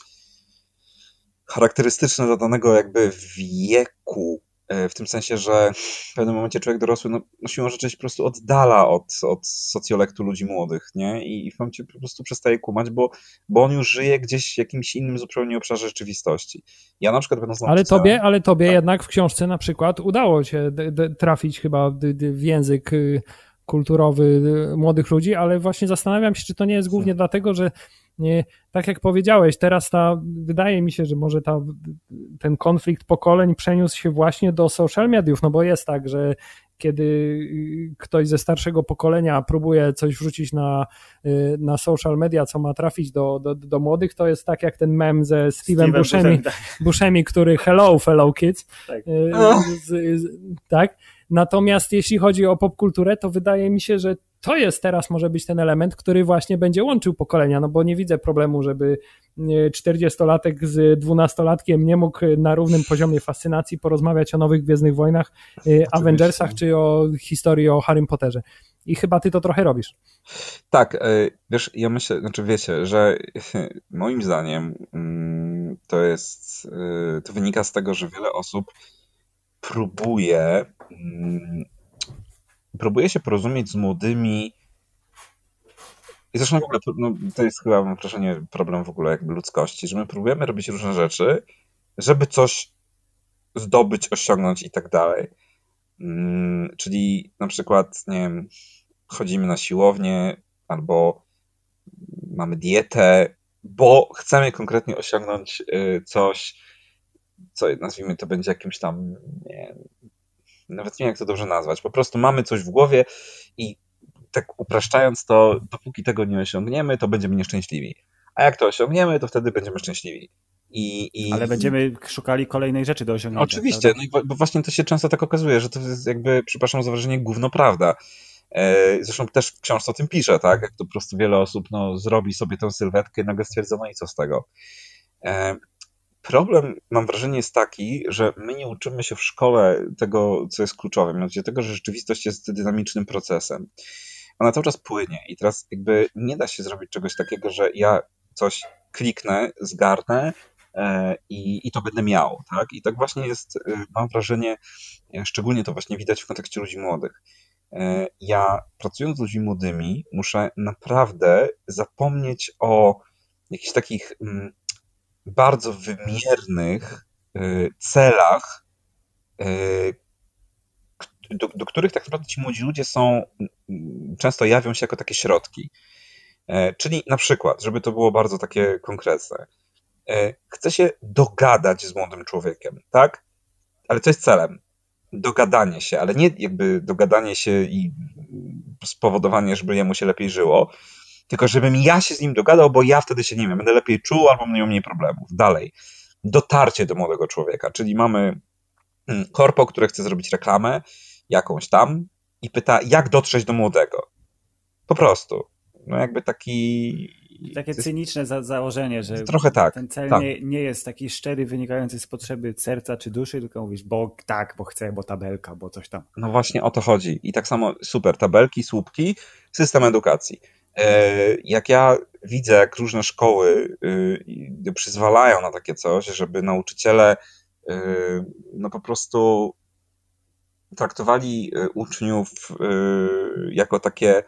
charakterystyczne dla danego jakby wieku, w tym sensie, że w pewnym momencie człowiek dorosły siłą rzeczy się po prostu oddala od socjolektu ludzi młodych, nie? I w momencie po prostu przestaje kumać, bo on już żyje gdzieś w jakimś innym zupełnie obszarze rzeczywistości. Ja na przykład będąc nauczycielem... Ale tobie jednak w książce na przykład udało się trafić chyba w język kulturowy młodych ludzi, ale właśnie zastanawiam się, czy to nie jest głównie dlatego, że tak jak powiedziałeś, teraz wydaje mi się, że może ten konflikt pokoleń przeniósł się właśnie do social mediów, no bo jest tak, że kiedy ktoś ze starszego pokolenia próbuje coś wrzucić na social media, co ma trafić do młodych, to jest tak jak ten mem ze Steve'em Buscemi, który hello fellow kids. Tak. Tak. Natomiast jeśli chodzi o popkulturę, to wydaje mi się, że to jest teraz może być ten element, który właśnie będzie łączył pokolenia, no bo nie widzę problemu, żeby 40-latek z 12-latkiem nie mógł na równym poziomie fascynacji porozmawiać o nowych Gwiezdnych Wojnach, Avengersach czy o historii o Harrym Potterze. I chyba ty to trochę robisz. Tak, wiesz, ja myślę, znaczy wiecie, że moim zdaniem to wynika z tego, że wiele osób próbuje się porozumieć z młodymi i zresztą w ogóle to jest chyba, mam wrażenie, problem w ogóle jakby ludzkości, że my próbujemy robić różne rzeczy, żeby coś zdobyć, osiągnąć i tak dalej. Czyli na przykład, nie wiem, chodzimy na siłownię albo mamy dietę, bo chcemy konkretnie osiągnąć coś, co nazwijmy to będzie jakimś tam, nie, nawet nie wiem jak to dobrze nazwać, po prostu mamy coś w głowie i tak upraszczając to, dopóki tego nie osiągniemy, to będziemy nieszczęśliwi. A jak to osiągniemy, to wtedy będziemy szczęśliwi. Ale będziemy szukali kolejnej rzeczy do osiągnięcia. Oczywiście, no bo właśnie to się często tak okazuje, że to jest jakby, przepraszam za wrażenie, gówno prawda. Zresztą też w książce o tym pisze, tak? Jak to po prostu wiele osób zrobi sobie tę sylwetkę i nagle stwierdzono i co z tego. Problem, mam wrażenie, jest taki, że my nie uczymy się w szkole tego, co jest kluczowe, mianowicie tego, że rzeczywistość jest dynamicznym procesem. Ona cały czas płynie i teraz jakby nie da się zrobić czegoś takiego, że ja coś kliknę, zgarnę i to będę miał, tak? I tak właśnie jest, mam wrażenie, szczególnie to właśnie widać w kontekście ludzi młodych. Ja pracując z ludźmi młodymi muszę naprawdę zapomnieć o jakichś takich bardzo wymiernych celach, do których tak naprawdę ci młodzi ludzie często jawią się jako takie środki. Czyli na przykład, żeby to było bardzo takie konkretne, chcę się dogadać z młodym człowiekiem, tak? Ale co jest celem? Dogadanie się, ale nie jakby dogadanie się i spowodowanie, żeby jemu się lepiej żyło, tylko żebym ja się z nim dogadał, bo ja wtedy się, nie wiem, będę lepiej czuł albo będę miał mniej problemów. Dalej. Dotarcie do młodego człowieka, czyli mamy korpo, które chce zrobić reklamę jakąś tam i pyta, jak dotrzeć do młodego. Po prostu. No jakby takie cyniczne założenie, że trochę tak, ten cel nie jest taki szczery, wynikający z potrzeby serca czy duszy, tylko mówisz, bo chcę, bo tabelka, bo coś tam. No właśnie o to chodzi. I tak samo super, tabelki, słupki, system edukacji. Jak ja widzę, jak różne szkoły przyzwalają na takie coś, żeby nauczyciele no po prostu traktowali uczniów jako takie,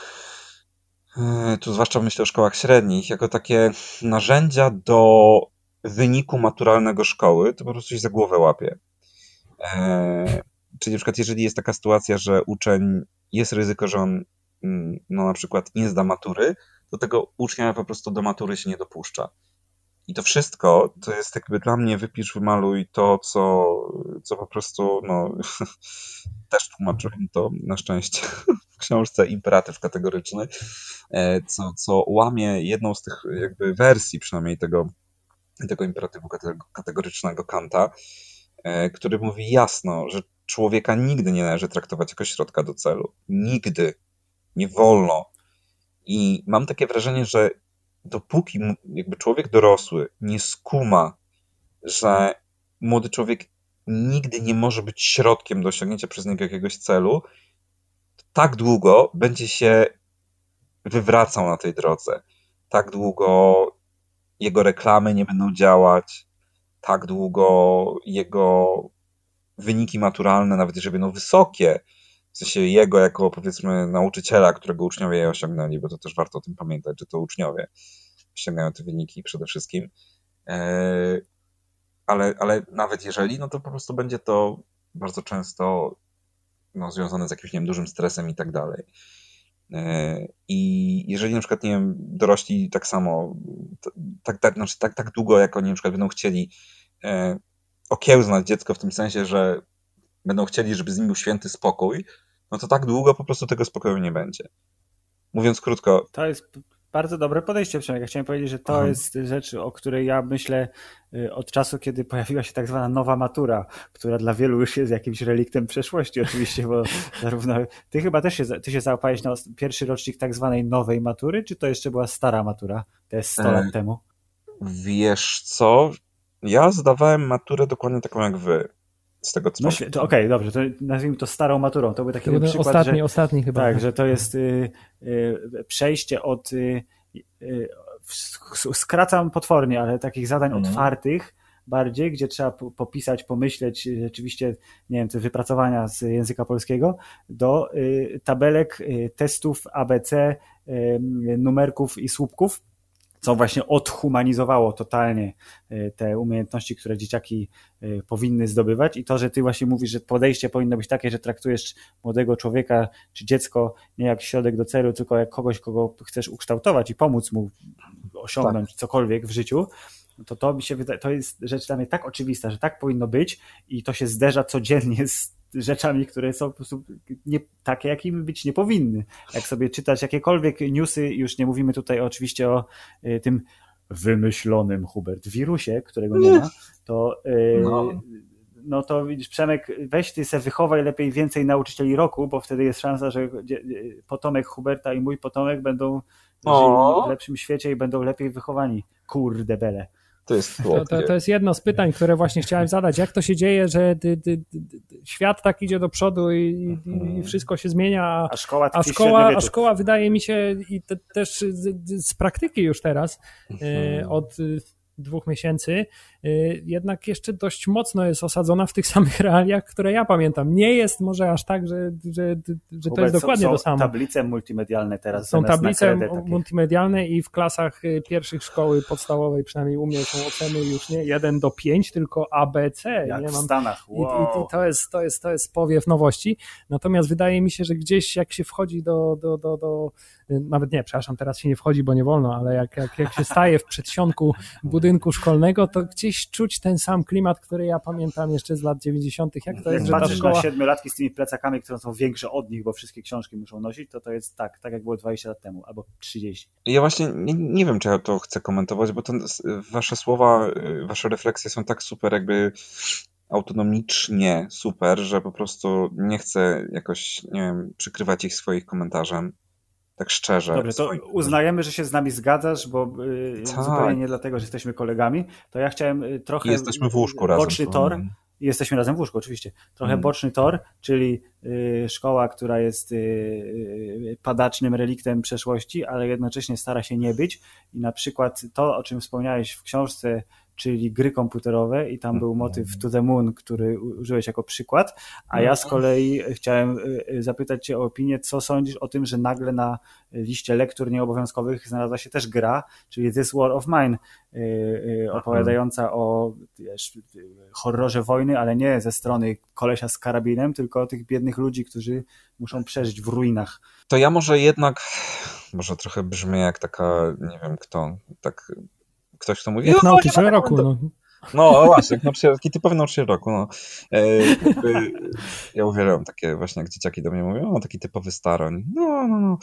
tu zwłaszcza myślę o szkołach średnich, jako takie narzędzia do wyniku maturalnego szkoły, to po prostu się za głowę łapie. Czyli na przykład jeżeli jest taka sytuacja, że uczeń, jest ryzyko, że on no na przykład nie zda matury, to tego ucznia po prostu do matury się nie dopuszcza. I to wszystko to jest jakby dla mnie wypisz, wymaluj to, co po prostu, no też tłumaczyłem to na szczęście w książce Imperatyw kategoryczny, co łamie jedną z tych jakby wersji przynajmniej tego imperatywu kategorycznego Kanta, który mówi jasno, że człowieka nigdy nie należy traktować jako środka do celu. Nigdy. Nie wolno. I mam takie wrażenie, że dopóki jakby człowiek dorosły nie skuma, że młody człowiek nigdy nie może być środkiem do osiągnięcia przez niego jakiegoś celu, to tak długo będzie się wywracał na tej drodze. Tak długo jego reklamy nie będą działać, tak długo jego wyniki maturalne, nawet jeżeli będą wysokie, w sensie jego jako, powiedzmy, nauczyciela, którego uczniowie osiągnęli, bo to też warto o tym pamiętać, że to uczniowie osiągają te wyniki przede wszystkim. Ale nawet jeżeli, no to po prostu będzie to bardzo często związane z jakimś, nie wiem, dużym stresem i tak dalej. I jeżeli na przykład, nie wiem, dorośli tak samo, tak długo, jak oni na przykład będą chcieli okiełznać dziecko w tym sensie, że będą chcieli, żeby z nim był święty spokój, no to tak długo po prostu tego spokoju nie będzie. Mówiąc krótko. To jest bardzo dobre podejście, Przemek. Ja chciałem powiedzieć, że to jest rzecz, o której ja myślę od czasu, kiedy pojawiła się tak zwana nowa matura, która dla wielu już jest jakimś reliktem przeszłości oczywiście, bo zarówno ty chyba też się załapałeś na pierwszy rocznik tak zwanej nowej matury, czy to jeszcze była stara matura? To jest 100 lat temu. Wiesz co? Ja zdawałem maturę dokładnie taką jak wy. Z tego, co Okej, dobrze, to nazwijmy to starą maturą. To był taki przykład, ostatni chyba. Tak, że to jest przejście od skracam potwornie, ale takich zadań otwartych bardziej, gdzie trzeba popisać, pomyśleć rzeczywiście, nie wiem, te wypracowania z języka polskiego, do tabelek, testów ABC, numerków i słupków, co właśnie odhumanizowało totalnie te umiejętności, które dzieciaki powinny zdobywać i to, że ty właśnie mówisz, że podejście powinno być takie, że traktujesz młodego człowieka czy dziecko nie jak środek do celu, tylko jak kogoś, kogo chcesz ukształtować i pomóc mu osiągnąć cokolwiek w życiu, to mi się wydaje, to jest rzecz dla mnie tak oczywista, że tak powinno być i to się zderza codziennie z rzeczami, które są po prostu nie, takie, jakimi być nie powinny. Jak sobie czytać jakiekolwiek newsy, już nie mówimy tutaj oczywiście o tym wymyślonym, Hubert, wirusie, którego nie ma, to no to widzisz, Przemek, weź ty se wychowaj lepiej więcej nauczycieli roku, bo wtedy jest szansa, że potomek Huberta i mój potomek będą żyli w lepszym świecie i będą lepiej wychowani. Kurde bele. To jest jedno z pytań, które właśnie chciałem zadać. Jak to się dzieje, że świat tak idzie do przodu i wszystko się zmienia, a szkoła wydaje mi się i też z praktyki już teraz od 2 miesięcy jednak jeszcze dość mocno jest osadzona w tych samych realiach, które ja pamiętam. Nie jest może aż tak, że to jest dokładnie to samo. Są tablice multimedialne teraz. Są tablice multimedialne i w klasach pierwszych szkoły podstawowej, przynajmniej u mnie są oceny już nie 1 do 5, tylko ABC. Jak w Stanach. Wow. I to jest powiew nowości. Natomiast wydaje mi się, że gdzieś jak się wchodzi nawet nie, przepraszam, teraz się nie wchodzi, bo nie wolno, ale jak się staje w przedsionku budynku szkolnego, to gdzieś czuć ten sam klimat, który ja pamiętam jeszcze z lat 90. Jak to jest, że ta szkoła... na 7-latki z tymi plecakami, które są większe od nich, bo wszystkie książki muszą nosić, to jest tak jak było 20 lat temu, albo 30. Ja właśnie nie wiem, czy ja to chcę komentować, bo to wasze słowa, wasze refleksje są tak super jakby autonomicznie super, że po prostu nie chcę jakoś, nie wiem, przykrywać ich swoich komentarzem. Tak szczerze. Dobrze, to uznajemy, że się z nami zgadzasz, bo zupełnie nie dlatego, że jesteśmy kolegami, to ja chciałem trochę... Jesteśmy w łóżku razem. Boczny tor. Jesteśmy razem w łóżku, oczywiście. Trochę boczny tor, czyli szkoła, która jest padacznym reliktem przeszłości, ale jednocześnie stara się nie być. I na przykład to, o czym wspomniałeś w książce, czyli gry komputerowe i tam był motyw To the Moon, który użyłeś jako przykład, a ja z kolei chciałem zapytać cię o opinię, co sądzisz o tym, że nagle na liście lektur nieobowiązkowych znalazła się też gra, czyli This War of Mine, opowiadająca o horrorze wojny, ale nie ze strony kolesia z karabinem, tylko o tych biednych ludzi, którzy muszą przeżyć w ruinach. To ja może trochę brzmię jak taka, nie wiem kto, tak ktoś, kto mówi... Jak nauczyciel roku, No właśnie, taki typowy nauczyciel roku. No. Ja uwielbiam takie właśnie, jak dzieciaki do mnie mówią, taki typowy staroń. No.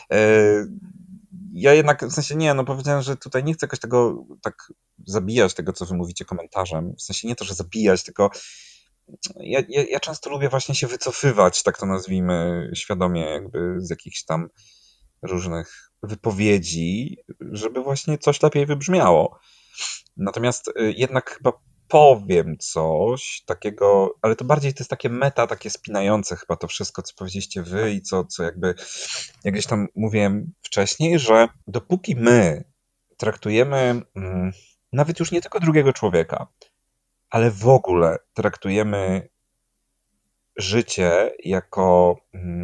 Ja jednak, w sensie powiedziałem, że tutaj nie chcę jakoś tego tak zabijać, tego co wy mówicie komentarzem. W sensie nie to, że zabijać, tylko ja często lubię właśnie się wycofywać, tak to nazwijmy, świadomie jakby z jakichś tam różnych wypowiedzi, żeby właśnie coś lepiej wybrzmiało. Natomiast jednak chyba powiem coś takiego, ale to bardziej to jest takie meta, takie spinające chyba to wszystko, co powiedzieliście wy i co jakby, jak gdzieś tam mówiłem wcześniej, że dopóki my traktujemy nawet już nie tylko drugiego człowieka, ale w ogóle traktujemy życie jako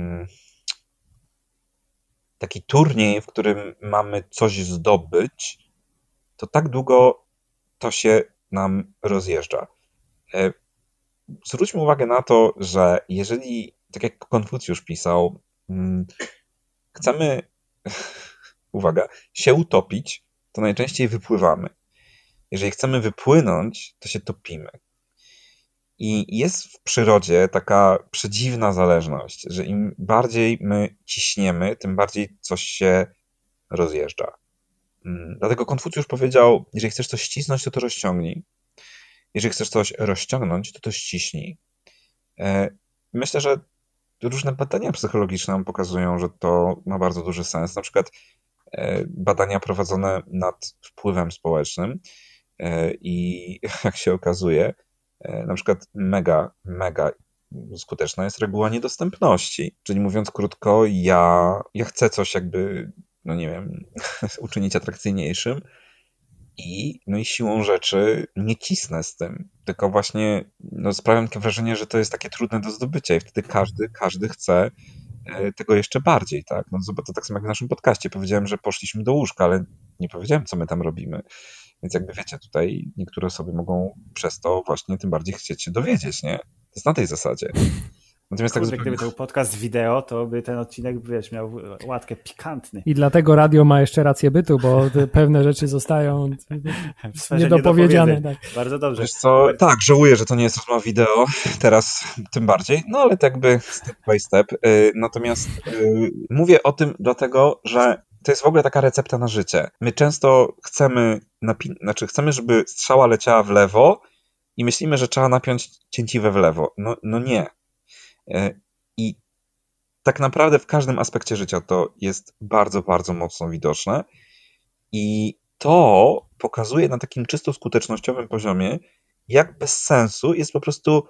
taki turniej, w którym mamy coś zdobyć, to tak długo to się nam rozjeżdża. Zwróćmy uwagę na to, że jeżeli, tak jak Konfucjusz pisał, chcemy, uwaga, się utopić, to najczęściej wypływamy. Jeżeli chcemy wypłynąć, to się topimy. I jest w przyrodzie taka przedziwna zależność, że im bardziej my ciśniemy, tym bardziej coś się rozjeżdża. Dlatego Konfucjusz powiedział, jeżeli chcesz coś ścisnąć, to rozciągnij. Jeżeli chcesz coś rozciągnąć, to ściśnij. Myślę, że różne badania psychologiczne nam pokazują, że to ma bardzo duży sens. Na przykład badania prowadzone nad wpływem społecznym i jak się okazuje, na przykład mega skuteczna jest reguła niedostępności. Czyli mówiąc krótko, ja chcę coś jakby, no nie wiem, uczynić atrakcyjniejszym i siłą rzeczy nie cisnę z tym, tylko właśnie sprawiam takie wrażenie, że to jest takie trudne do zdobycia i wtedy każdy chce tego jeszcze bardziej, tak? No zobacz, to tak samo jak w naszym podcaście. Powiedziałem, że poszliśmy do łóżka, ale nie powiedziałem, co my tam robimy. Więc jakby wiecie, tutaj niektóre osoby mogą przez to właśnie tym bardziej chcieć się dowiedzieć, nie? To jest na tej zasadzie. Natomiast Kurde, gdyby to był podcast wideo, to by ten odcinek, wiesz, miał łatkę pikantny. I dlatego radio ma jeszcze rację bytu, bo pewne rzeczy zostają niedopowiedziane. Tak. Bardzo dobrze. Wiesz co, tak, żałuję, że to nie jest rozmowa wideo, teraz tym bardziej, no ale tak jakby step by step. Natomiast mówię o tym dlatego, że to jest w ogóle taka recepta na życie. My często chcemy, żeby strzała leciała w lewo i myślimy, że trzeba napiąć cięciwe w lewo. No nie. I tak naprawdę w każdym aspekcie życia to jest bardzo, bardzo mocno widoczne i to pokazuje na takim czysto skutecznościowym poziomie, jak bez sensu jest po prostu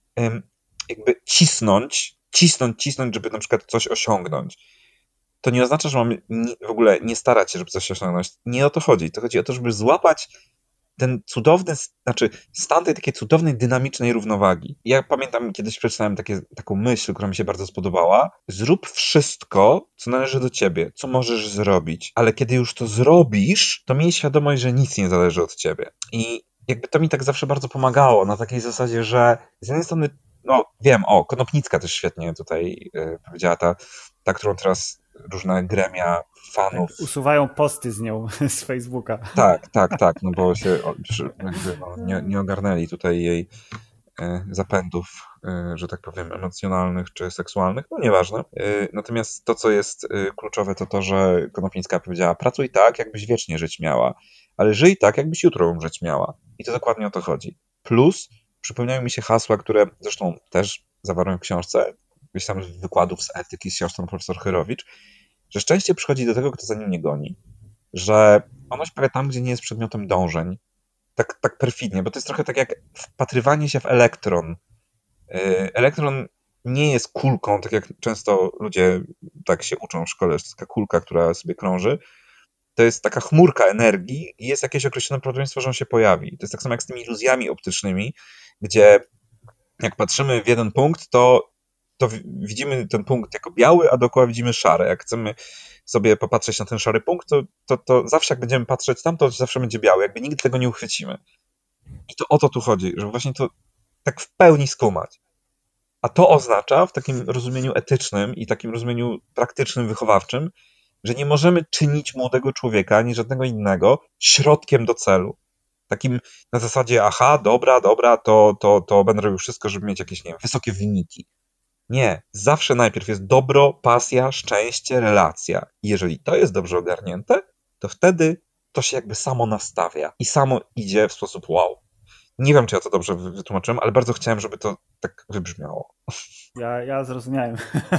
jakby cisnąć, żeby na przykład coś osiągnąć. To nie oznacza, że mamy w ogóle nie starać się, żeby coś osiągnąć. Nie o to chodzi. To chodzi o to, żeby złapać ten cudowny, stan tej takiej cudownej, dynamicznej równowagi. Ja pamiętam, kiedyś przeczytałem taką myśl, która mi się bardzo spodobała. Zrób wszystko, co należy do ciebie, co możesz zrobić, ale kiedy już to zrobisz, to miej świadomość, że nic nie zależy od ciebie. I jakby to mi tak zawsze bardzo pomagało, na takiej zasadzie, że z jednej strony, wiem, Konopnicka też świetnie tutaj powiedziała, ta, którą teraz różne gremia fanów usuwają posty z nią z Facebooka. Tak, no bo się jakby nie ogarnęli tutaj jej zapędów, że tak powiem, emocjonalnych czy seksualnych, no nieważne. Natomiast to, co jest kluczowe, to, że Konopnicka powiedziała, pracuj tak, jakbyś wiecznie żyć miała, ale żyj tak, jakbyś jutro umrzeć miała. I to dokładnie o to chodzi. Plus przypomniają mi się hasła, które zresztą też zawarłem w książce, gdzieś tam z wykładów z etyki z siostrą profesor Chyrowicz, że szczęście przychodzi do tego, kto za nim nie goni. Że ono się pojawia tam, gdzie nie jest przedmiotem dążeń. Tak perfidnie, bo to jest trochę tak jak wpatrywanie się w elektron. Elektron nie jest kulką, tak jak często ludzie tak się uczą w szkole, że to jest taka kulka, która sobie krąży. To jest taka chmurka energii i jest jakieś określone prawdopodobieństwo, że on się pojawi. To jest tak samo jak z tymi iluzjami optycznymi, gdzie jak patrzymy w jeden punkt, to widzimy ten punkt jako biały, a dookoła widzimy szare. Jak chcemy sobie popatrzeć na ten szary punkt, to zawsze jak będziemy patrzeć tam, to zawsze będzie biały. Jakby nigdy tego nie uchwycimy. I to o to tu chodzi, żeby właśnie to tak w pełni skumać. A to oznacza w takim rozumieniu etycznym i takim rozumieniu praktycznym, wychowawczym, że nie możemy czynić młodego człowieka ani żadnego innego środkiem do celu. Takim na zasadzie, dobra, to będę robił wszystko, żeby mieć jakieś, nie wiem, wysokie wyniki. Nie, zawsze najpierw jest dobro, pasja, szczęście, relacja. I jeżeli to jest dobrze ogarnięte, to wtedy to się jakby samo nastawia i samo idzie w sposób wow. Nie wiem, czy ja to dobrze wytłumaczyłem, ale bardzo chciałem, żeby to tak wybrzmiało. Ja zrozumiałem.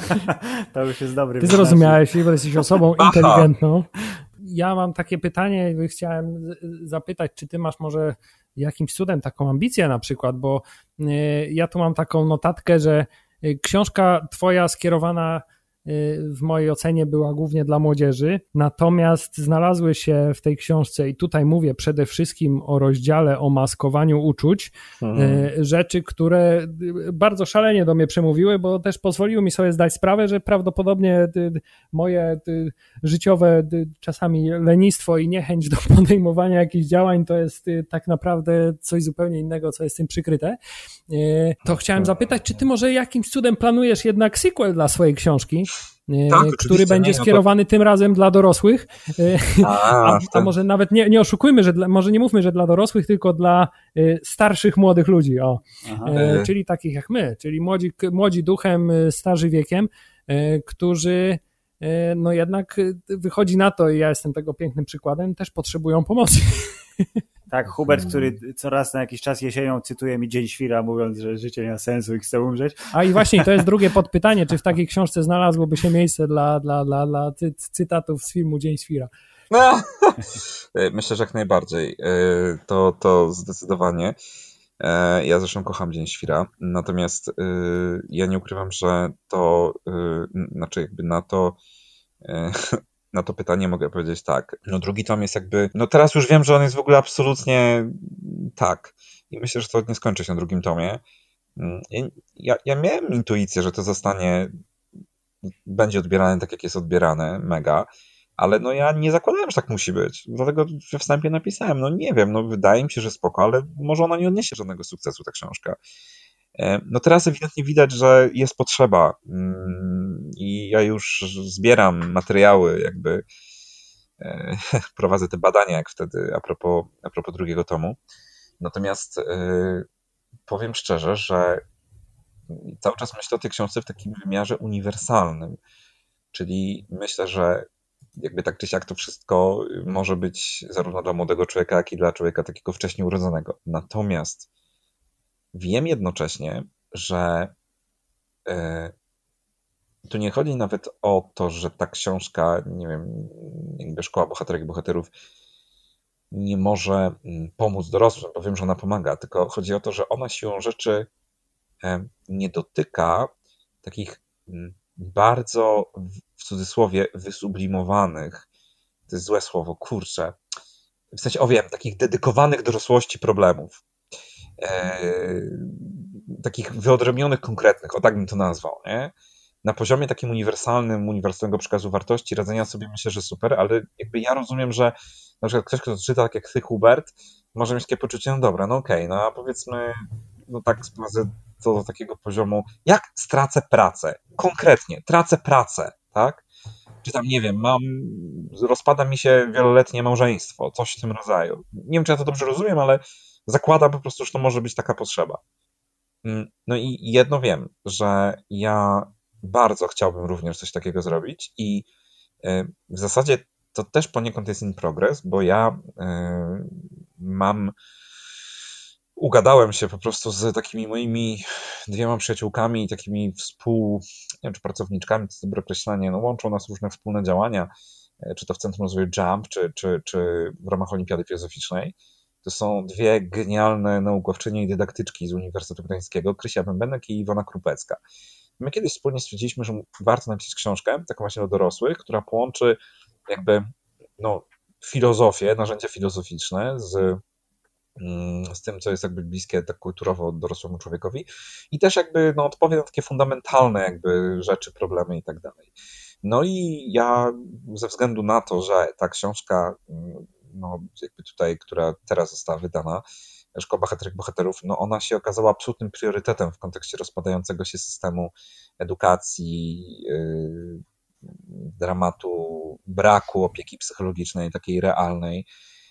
To już jest dobry. Ty zrozumiałeś, bo jesteś osobą inteligentną. Ja mam takie pytanie, chciałem zapytać, czy ty masz może jakimś cudem taką ambicję na przykład, bo ja tu mam taką notatkę, że książka twoja skierowana w mojej ocenie była głównie dla młodzieży, natomiast znalazły się w tej książce, i tutaj mówię przede wszystkim o rozdziale o maskowaniu uczuć, rzeczy, które bardzo szalenie do mnie przemówiły, bo też pozwoliły mi sobie zdać sprawę, że prawdopodobnie moje życiowe czasami lenistwo i niechęć do podejmowania jakichś działań to jest tak naprawdę coś zupełnie innego, co jest tym przykryte. To chciałem zapytać, czy ty może jakimś cudem planujesz jednak sequel dla swojej książki? który będzie skierowany tym razem dla dorosłych, a może nawet nie oszukujmy, że może nie mówmy, że dla dorosłych, tylko dla starszych, młodych ludzi, czyli takich jak my, czyli młodzi duchem, starzy wiekiem, którzy no jednak wychodzi na to, i ja jestem tego pięknym przykładem, też potrzebują pomocy. Tak, Hubert, który coraz na jakiś czas jesienią cytuje mi Dzień Świra, mówiąc, że życie nie ma sensu i chce umrzeć. A i właśnie to jest drugie podpytanie, czy w takiej książce znalazłoby się miejsce dla cytatów z filmu Dzień Świra? No. Myślę, że jak najbardziej. To zdecydowanie. Ja zresztą kocham Dzień Świra, natomiast ja nie ukrywam, że to, znaczy jakby na to pytanie mogę powiedzieć tak. No drugi tom jest jakby, no teraz już wiem, że on jest w ogóle absolutnie tak. I myślę, że to nie skończy się na drugim tomie. Ja miałem intuicję, że to będzie odbierane tak, jak jest odbierane, mega. Ale no ja nie zakładałem, że tak musi być. Dlatego we wstępie napisałem, no nie wiem, no wydaje mi się, że spoko, ale może ona nie odniesie żadnego sukcesu, ta książka. No teraz ewidentnie widać, że jest potrzeba i ja już zbieram materiały, jakby prowadzę te badania jak wtedy a propos drugiego tomu. Natomiast powiem szczerze, że cały czas myślę o tej książce w takim wymiarze uniwersalnym, czyli myślę, że jakby tak czy siak to wszystko może być zarówno dla młodego człowieka, jak i dla człowieka takiego wcześniej urodzonego. Natomiast wiem jednocześnie, że tu nie chodzi nawet o to, że ta książka, nie wiem, jakby Szkoła Bohaterek i Bohaterów nie może pomóc dorosłym, bo wiem, że ona pomaga, tylko chodzi o to, że ona siłą rzeczy nie dotyka takich bardzo, w cudzysłowie, wysublimowanych, to jest złe słowo, kurczę, w sensie, takich dedykowanych dorosłości problemów. Takich wyodrębnionych, konkretnych, tak bym to nazwał, nie? Na poziomie takim uniwersalnego przekazu wartości, radzenia sobie myślę, że super, ale jakby ja rozumiem, że na przykład ktoś, kto czyta tak jak ty, Hubert, może mieć takie poczucie, no dobra, no okej, no a powiedzmy, no tak sprowadzę to do takiego poziomu, jak stracę pracę? Konkretnie, tracę pracę, tak? Czy tam, nie wiem, rozpada mi się wieloletnie małżeństwo, coś w tym rodzaju. Nie wiem, czy ja to dobrze rozumiem, ale zakładam po prostu, że to może być taka potrzeba. No i jedno wiem, że ja bardzo chciałbym również coś takiego zrobić i w zasadzie to też poniekąd jest in progress, bo ja ugadałem się po prostu z takimi moimi 2 przyjaciółkami, takimi nie wiem, czy pracowniczkami, to jest dobre określenie, no łączą nas różne wspólne działania, czy to w Centrum Rozwoju JUMP, czy w ramach Olimpiady Filozoficznej. To są 2 genialne naukowczynie i dydaktyczki z Uniwersytetu Gdańskiego, Krysia Bębenek i Iwona Krupecka. My kiedyś wspólnie stwierdziliśmy, że warto napisać książkę, taką właśnie dla dorosłych, która połączy jakby filozofię, narzędzia filozoficzne z tym, co jest jakby bliskie tak kulturowo dorosłemu człowiekowi i też jakby odpowie na takie fundamentalne jakby rzeczy, problemy i tak dalej. No i ja ze względu na to, że ta książka jakby tutaj, która teraz została wydana, Szkoła Bohaterek Bohaterów, ona się okazała absolutnym priorytetem w kontekście rozpadającego się systemu edukacji, dramatu, braku opieki psychologicznej, takiej realnej,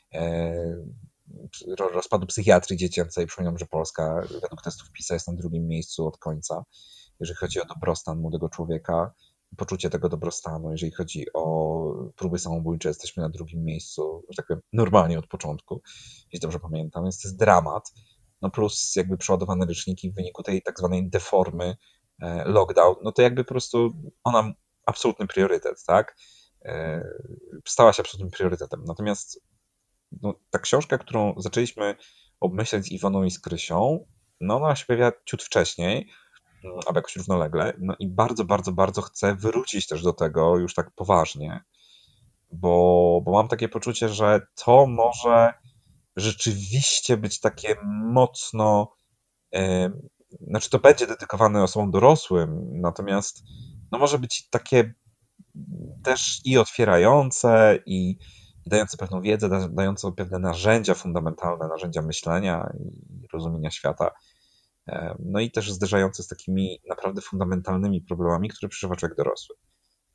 rozpadu psychiatrii dziecięcej. Przypominam, że Polska według testów PISA jest na 2. miejscu od końca, jeżeli chodzi o dobrostan młodego człowieka, poczucie tego dobrostanu. Jeżeli chodzi o próby samobójcze, jesteśmy na 2. miejscu, że tak powiem, normalnie od początku, jeśli dobrze pamiętam, więc to jest dramat. Plus jakby przeładowane liczniki w wyniku tej tak zwanej deformy, lockdown, to jakby po prostu ona absolutny priorytet, tak? Stała się absolutnym priorytetem. Natomiast ta książka, którą zaczęliśmy obmyślać z Iwoną i z Krysią, ona się pojawia ciut wcześniej, albo jakoś równolegle, i bardzo, bardzo, bardzo chcę wrócić też do tego już tak poważnie, bo mam takie poczucie, że to może rzeczywiście być takie mocno, to będzie dedykowane osobom dorosłym, natomiast może być takie też i otwierające, i dające pewną wiedzę, dające pewne narzędzia fundamentalne, narzędzia myślenia i rozumienia świata. I też zderzające z takimi naprawdę fundamentalnymi problemami, które przeżywa człowiek dorosły.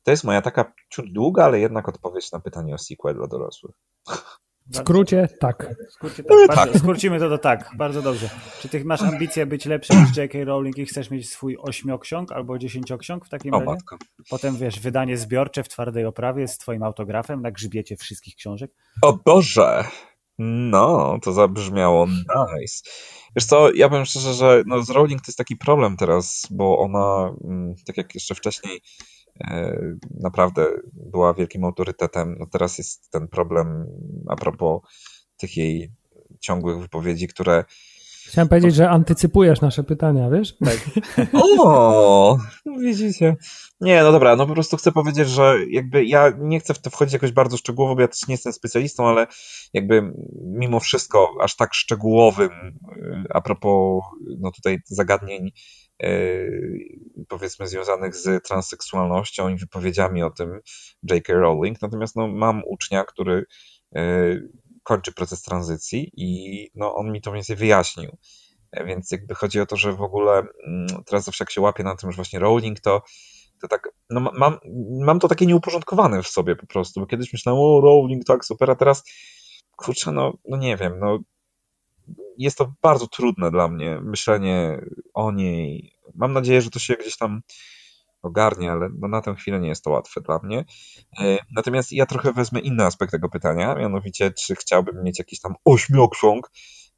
To jest moja taka ciut długa, ale jednak odpowiedź na pytanie o sequel dla dorosłych. W skrócie tak. Skrócimy to do tak, bardzo dobrze. Czy ty masz ambicję być lepszy niż J.K. Rowling i chcesz mieć swój 8-ksiąg albo 10-ksiąg w takim razie? Matko. Potem wydanie zbiorcze w twardej oprawie z twoim autografem na grzbiecie wszystkich książek? O Boże! No, to zabrzmiało nice. Wiesz co, ja powiem szczerze, że z Rowling to jest taki problem teraz, bo ona, tak jak jeszcze wcześniej, naprawdę była wielkim autorytetem. No teraz jest ten problem a propos tych jej ciągłych wypowiedzi, które... Chciałem powiedzieć, że antycypujesz nasze pytania, wiesz? Tak. O, widzicie. Nie, no dobra, po prostu chcę powiedzieć, że jakby ja nie chcę w to wchodzić jakoś bardzo szczegółowo, bo ja też nie jestem specjalistą, ale jakby mimo wszystko aż tak szczegółowym a propos tutaj zagadnień powiedzmy związanych z transseksualnością i wypowiedziami o tym J.K. Rowling. Natomiast mam ucznia, który kończy proces tranzycji i on mi to mniej więcej wyjaśnił. Więc jakby chodzi o to, że w ogóle teraz zawsze jak się łapię na tym, że właśnie Rowling, to tak, mam to takie nieuporządkowane w sobie po prostu, bo kiedyś myślałem, o Rowling, tak, super, a teraz kurczę, nie wiem, jest to bardzo trudne dla mnie myślenie o niej. Mam nadzieję, że to się gdzieś tam ogarnie, ale na tę chwilę nie jest to łatwe dla mnie. Natomiast ja trochę wezmę inny aspekt tego pytania, mianowicie, czy chciałbym mieć jakiś tam 8-ksiąg.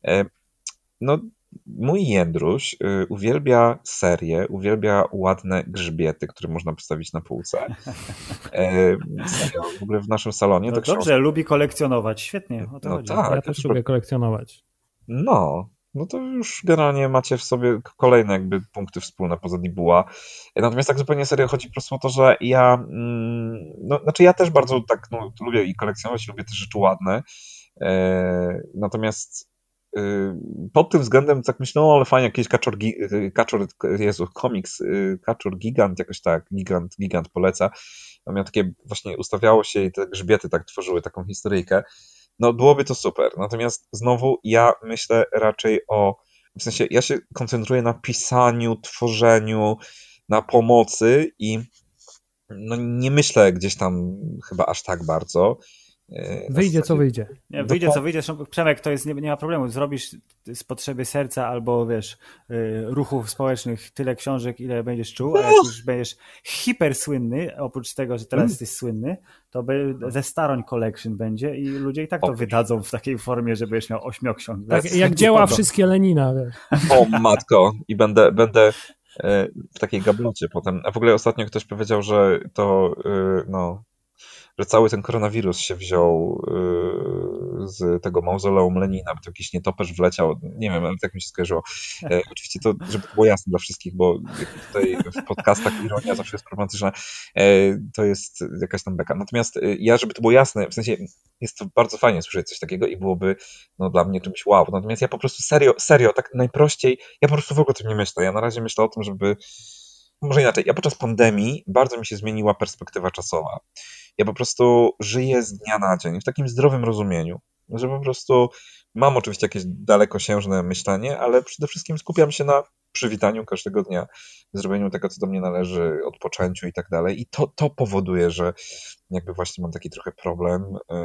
Mój Jędruś uwielbia serię, uwielbia ładne grzbiety, które można postawić na półce. W ogóle w naszym salonie. No dobrze, lubi kolekcjonować, świetnie. O to chodzi. Tak, ja też lubię kolekcjonować. No to już generalnie macie w sobie kolejne jakby punkty wspólne poza Dibuła. Natomiast tak zupełnie serio chodzi po prostu o to, że ja ja też bardzo tak lubię i kolekcjonować, lubię też rzeczy ładne. Natomiast pod tym względem tak myślę, ale fajnie, jakiś komiks, Kaczor Gigant, jakoś tak, Gigant poleca. Miał takie, właśnie ustawiało się i te grzbiety tak tworzyły taką historyjkę. Byłoby to super. Natomiast znowu ja myślę raczej w sensie ja się koncentruję na pisaniu, tworzeniu, na pomocy i nie myślę gdzieś tam chyba aż tak bardzo. Wyjdzie co wyjdzie. Nie, wyjdzie co wyjdzie. Przemek, to jest, nie ma problemu. Zrobisz z potrzeby serca albo ruchów społecznych tyle książek, ile będziesz czuł, a jak już będziesz hipersłynny, oprócz tego, że teraz jesteś słynny, to ze Staroń Collection będzie i ludzie i tak to wydadzą w takiej formie, że będziesz miał 8-ksiąg. Tak, jak dzieła wszystkie Lenina. Wiesz. O matko, i będę w takiej gablocie potem. A w ogóle ostatnio ktoś powiedział, że to że cały ten koronawirus się wziął z tego mauzoleum Lenina, bo to jakiś nietoperz wleciał, nie wiem, ale tak mi się skojarzyło. Oczywiście to, żeby to było jasne dla wszystkich, bo tutaj w podcastach ironia zawsze jest problematyczna, to jest jakaś tam beka. Natomiast żeby to było jasne, w sensie jest to bardzo fajnie słyszeć coś takiego i byłoby dla mnie czymś wow. Natomiast ja po prostu serio, tak najprościej, ja po prostu w ogóle o tym nie myślę. Ja na razie myślę o tym, może inaczej, ja podczas pandemii bardzo mi się zmieniła perspektywa czasowa. Ja po prostu żyję z dnia na dzień, w takim zdrowym rozumieniu, że po prostu mam oczywiście jakieś dalekosiężne myślenie, ale przede wszystkim skupiam się na przywitaniu każdego dnia, zrobieniu tego, co do mnie należy, odpoczęciu i tak dalej. I to powoduje, że jakby właśnie mam taki trochę problem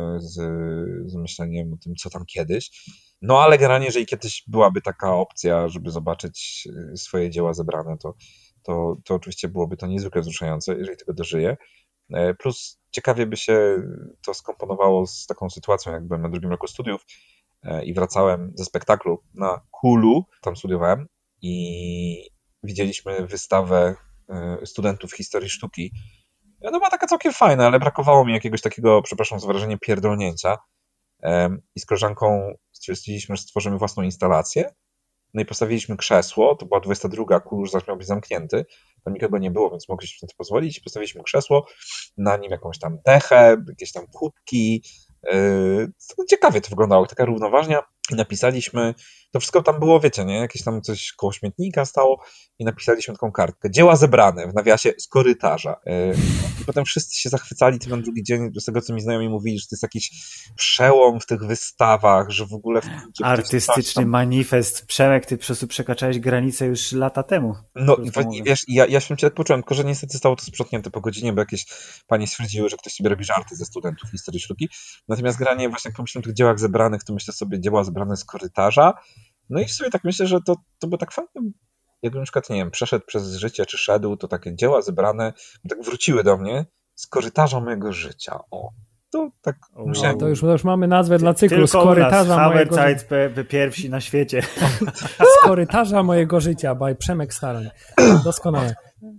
z myśleniem o tym, co tam kiedyś. Ale generalnie, jeżeli kiedyś byłaby taka opcja, żeby zobaczyć swoje dzieła zebrane, to oczywiście byłoby to niezwykle wzruszające, jeżeli tego dożyję. Plus ciekawie by się to skomponowało z taką sytuacją, jak byłem na 2. roku studiów i wracałem ze spektaklu na Hulu, tam studiowałem i widzieliśmy wystawę studentów historii sztuki. Była taka całkiem fajna, ale brakowało mi jakiegoś takiego, przepraszam za wyrażenie, pierdolnięcia. I z koleżanką stwierdziliśmy, że stworzymy własną instalację. I postawiliśmy krzesło, to była 22, kul już zaś miał być zamknięty, tam nikogo nie było, więc mogliśmy sobie to pozwolić. Postawiliśmy krzesło, na nim jakąś tam dechę, jakieś tam kłódki. Ciekawie to wyglądało, taka równoważnia i napisaliśmy to wszystko tam było, wiecie, nie? Jakieś tam coś koło śmietnika stało i napisaliśmy taką kartkę. Dzieła zebrane, w nawiasie z korytarza. I potem wszyscy się zachwycali tym na drugi dzień, z tego co mi znajomi mówili, że to jest jakiś przełom w tych wystawach, że w ogóle... Artystyczny manifest. Przemek, ty po prostu przekraczałeś granicę już lata temu. No i wiesz, ja się tak poczułem, tylko że niestety zostało to sprzątnięte po godzinie, bo jakieś panie stwierdziły, że ktoś sobie robi żarty ze studentów historii sztuki. Natomiast granie, właśnie jak pomyślałem o tych dziełach zebranych, to myślę sobie dzieła zebrane z korytarza. No i w sumie tak myślę, że to było tak fajnie, jakbym na przykład, nie wiem, przeszedł przez życie, czy szedł, to takie dzieła zebrane tak wróciły do mnie z korytarza mojego życia. O, to tak myślałem. To już mamy nazwę dla cyklu. Tylko z korytarza mojego życia. Pierwsi na świecie. Z korytarza mojego życia, by Przemek Staroń. Doskonale.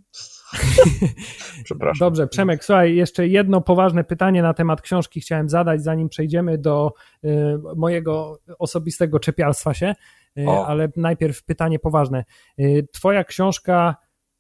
Przepraszam. Dobrze, Przemek, słuchaj, jeszcze jedno poważne pytanie na temat książki chciałem zadać, zanim przejdziemy do mojego osobistego czepialstwa się, ale najpierw pytanie poważne. Twoja książka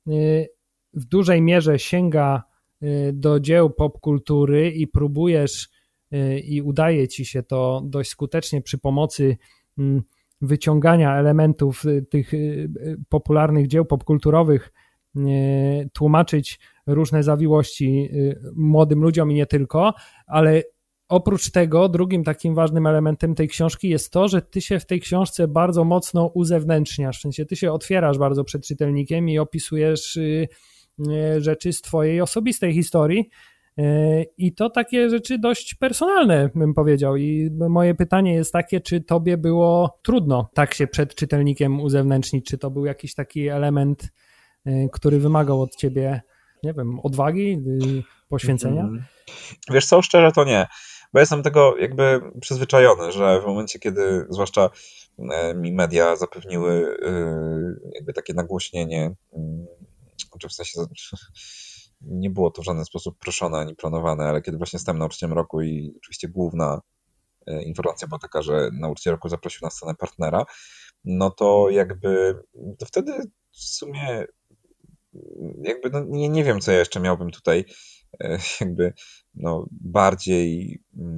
w dużej mierze sięga do dzieł popkultury i próbujesz i udaje ci się to dość skutecznie przy pomocy wyciągania elementów tych popularnych dzieł popkulturowych, tłumaczyć różne zawiłości młodym ludziom i nie tylko, ale oprócz tego drugim takim ważnym elementem tej książki jest to, że ty się w tej książce bardzo mocno uzewnętrzniasz, w sensie ty się otwierasz bardzo przed czytelnikiem i opisujesz rzeczy z twojej osobistej historii i to takie rzeczy dość personalne, bym powiedział. I moje pytanie jest takie, czy tobie było trudno tak się przed czytelnikiem uzewnętrznić, czy to był jakiś taki element, który wymagał od ciebie, nie wiem, odwagi, poświęcenia? Wiesz co, szczerze to nie, bo jestem tego jakby przyzwyczajony, że w momencie, kiedy zwłaszcza mi media zapewniły jakby takie nagłośnienie, czy w sensie nie było to w żaden sposób proszone ani planowane, ale kiedy właśnie stałem nauczycielem roku i oczywiście główna informacja była taka, że nauczyciel roku zaprosił na scenę partnera, no to jakby to wtedy w sumie jakby no nie wiem, co ja jeszcze miałbym tutaj jakby no bardziej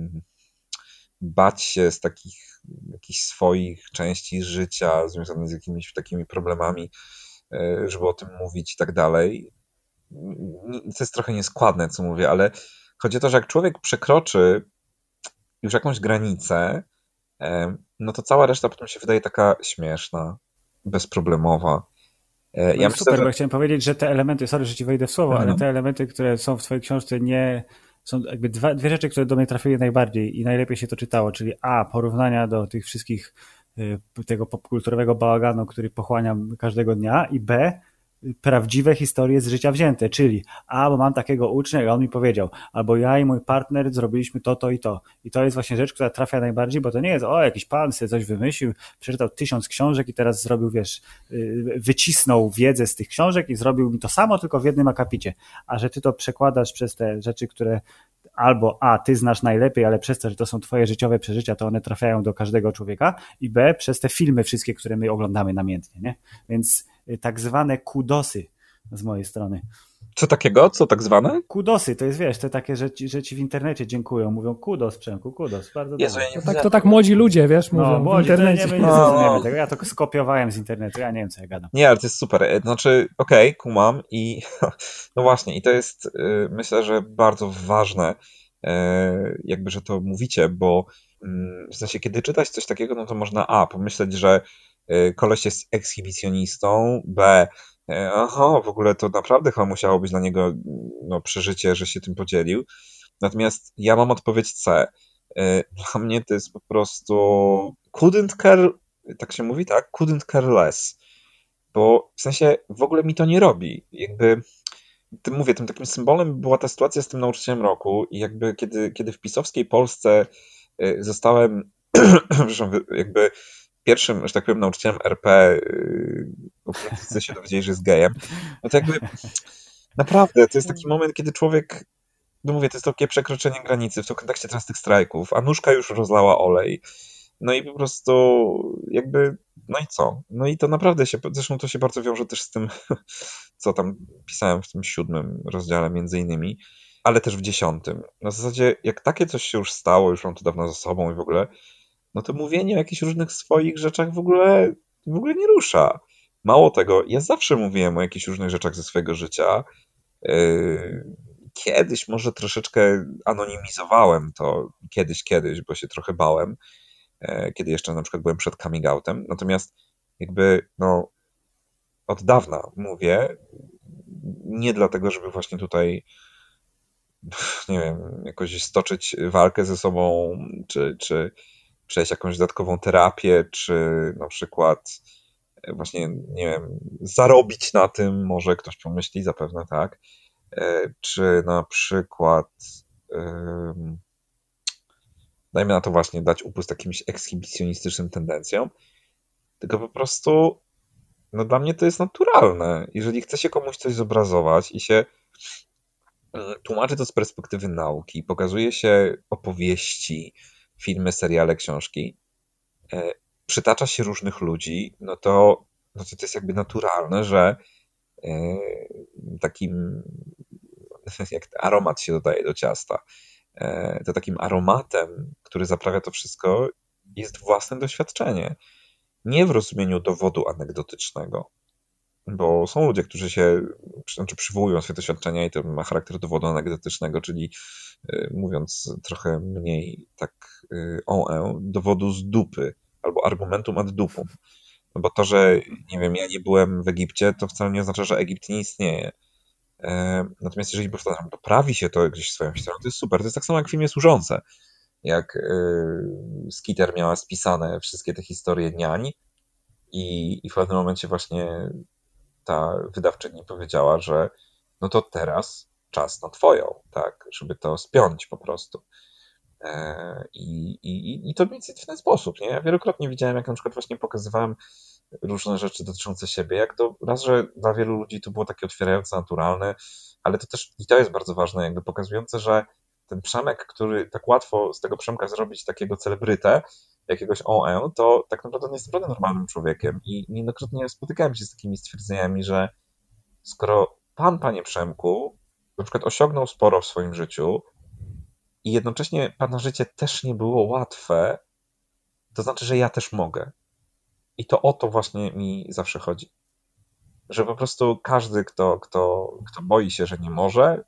bać się z takich jakichś swoich części życia związanych z jakimiś takimi problemami, żeby o tym mówić i tak dalej. To jest trochę nieskładne, co mówię, ale chodzi o to, że jak człowiek przekroczy już jakąś granicę, no to cała reszta potem się wydaje taka śmieszna, bezproblemowa. Ja myślę, super, bo chciałem powiedzieć, że te elementy, sorry, że ci wejdę w słowo, ale te elementy, które są w twojej książce, nie są jakby dwie rzeczy, które do mnie trafiły najbardziej i najlepiej się to czytało, czyli porównania do tych wszystkich tego popkulturowego bałaganu, który pochłaniam każdego dnia, i prawdziwe historie z życia wzięte, czyli bo mam takiego ucznia i on mi powiedział, albo ja i mój partner zrobiliśmy to i to. I to jest właśnie rzecz, która trafia najbardziej, bo to nie jest, jakiś pan sobie coś wymyślił, przeczytał 1000 książek i teraz zrobił, wycisnął wiedzę z tych książek i zrobił mi to samo, tylko w jednym akapicie. A że ty to przekładasz przez te rzeczy, które albo ty znasz najlepiej, ale przez to, że to są twoje życiowe przeżycia, to one trafiają do każdego człowieka, i przez te filmy wszystkie, które my oglądamy namiętnie, nie? Więc tak zwane kudosy z mojej strony. Co takiego? Co tak zwane? Kudosy, to jest, te takie że ci w internecie dziękują, mówią kudos, Przemku, kudos, bardzo Jezu, dobrze. To tak młodzi ludzie, mówią młodzi, w internecie. My nie zrozumiemy tego, ja to skopiowałem z internetu, ja nie wiem, co ja gadam. Nie, ale to jest super, znaczy, kumam i no właśnie, i to jest, myślę, że bardzo ważne, jakby, że to mówicie, bo w sensie, kiedy czytać coś takiego, no to można pomyśleć, że koleś jest ekshibicjonistą, w ogóle to naprawdę chyba musiało być dla niego przeżycie, że się tym podzielił. Natomiast ja mam odpowiedź C. Dla mnie to jest po prostu couldn't care, tak się mówi, tak? Couldn't care less. Bo w sensie w ogóle mi to nie robi. Jakby tym takim symbolem była ta sytuacja z tym nauczycielem roku i jakby kiedy w pisowskiej Polsce zostałem jakby pierwszym, że tak powiem, nauczycielem RP, o którym wszyscy się dowiedzieli, że jest gejem, no to jakby naprawdę to jest taki moment, kiedy człowiek, to jest takie przekroczenie granicy w tym kontekście teraz tych strajków, a nóżka już rozlała olej, no i po prostu jakby, no i co? No i to naprawdę zresztą to się bardzo wiąże też z tym, co tam pisałem w tym 7. rozdziale między innymi, ale też w 10. Na zasadzie, jak takie coś się już stało, już mam to dawno za sobą i w ogóle, no to mówienie o jakichś różnych swoich rzeczach w ogóle nie rusza. Mało tego, ja zawsze mówiłem o jakichś różnych rzeczach ze swojego życia. Kiedyś może troszeczkę anonimizowałem to, kiedyś, bo się trochę bałem, kiedy jeszcze na przykład byłem przed coming outem. Natomiast jakby, no, od dawna mówię, nie dlatego, żeby właśnie tutaj, nie wiem, jakoś stoczyć walkę ze sobą, czy przejść jakąś dodatkową terapię, czy na przykład właśnie, nie wiem, zarobić na tym, może ktoś pomyśli, zapewne tak, czy na przykład dajmy na to właśnie dać upust jakimś ekshibicjonistycznym tendencjom, tylko po prostu no dla mnie to jest naturalne. Jeżeli chce się komuś coś zobrazować i się tłumaczy to z perspektywy nauki, pokazuje się opowieści, filmy, seriale, książki, przytacza się różnych ludzi, no to jest jakby naturalne, że takim, jak aromat się dodaje do ciasta, to takim aromatem, który zaprawia to wszystko, jest własne doświadczenie. Nie w rozumieniu dowodu anegdotycznego, bo są ludzie, którzy przywołują swoje doświadczenia i to ma charakter dowodu anegdotycznego, czyli mówiąc trochę mniej tak dowodu z dupy albo argumentum ad dupum. No bo to, że nie wiem, ja nie byłem w Egipcie, to wcale nie oznacza, że Egipt nie istnieje. Natomiast jeżeli poprawi się to gdzieś swoją historią, to jest super. To jest tak samo jak w filmie Służące. Jak Skitter miała spisane wszystkie te historie niań i w pewnym momencie właśnie ta wydawczyni powiedziała, że no to teraz czas na twoją, tak, żeby to spiąć po prostu. I to mniej więcej w ten sposób, nie? Ja wielokrotnie widziałem, jak na przykład właśnie pokazywałem różne rzeczy dotyczące siebie, jak to raz, że dla wielu ludzi to było takie otwierające, naturalne, ale to też, i to jest bardzo ważne, jakby pokazujące, że ten Przemek, który tak łatwo z tego Przemka zrobić takiego celebrytę, jakiegoś OE, to tak naprawdę nie jest naprawdę normalnym człowiekiem. I niejednokrotnie spotykałem się z takimi stwierdzeniami, że skoro pan, panie Przemku, na przykład osiągnął sporo w swoim życiu i jednocześnie pana życie też nie było łatwe, to znaczy, że ja też mogę. I to o to właśnie mi zawsze chodzi. Że po prostu każdy, kto boi się, że nie może,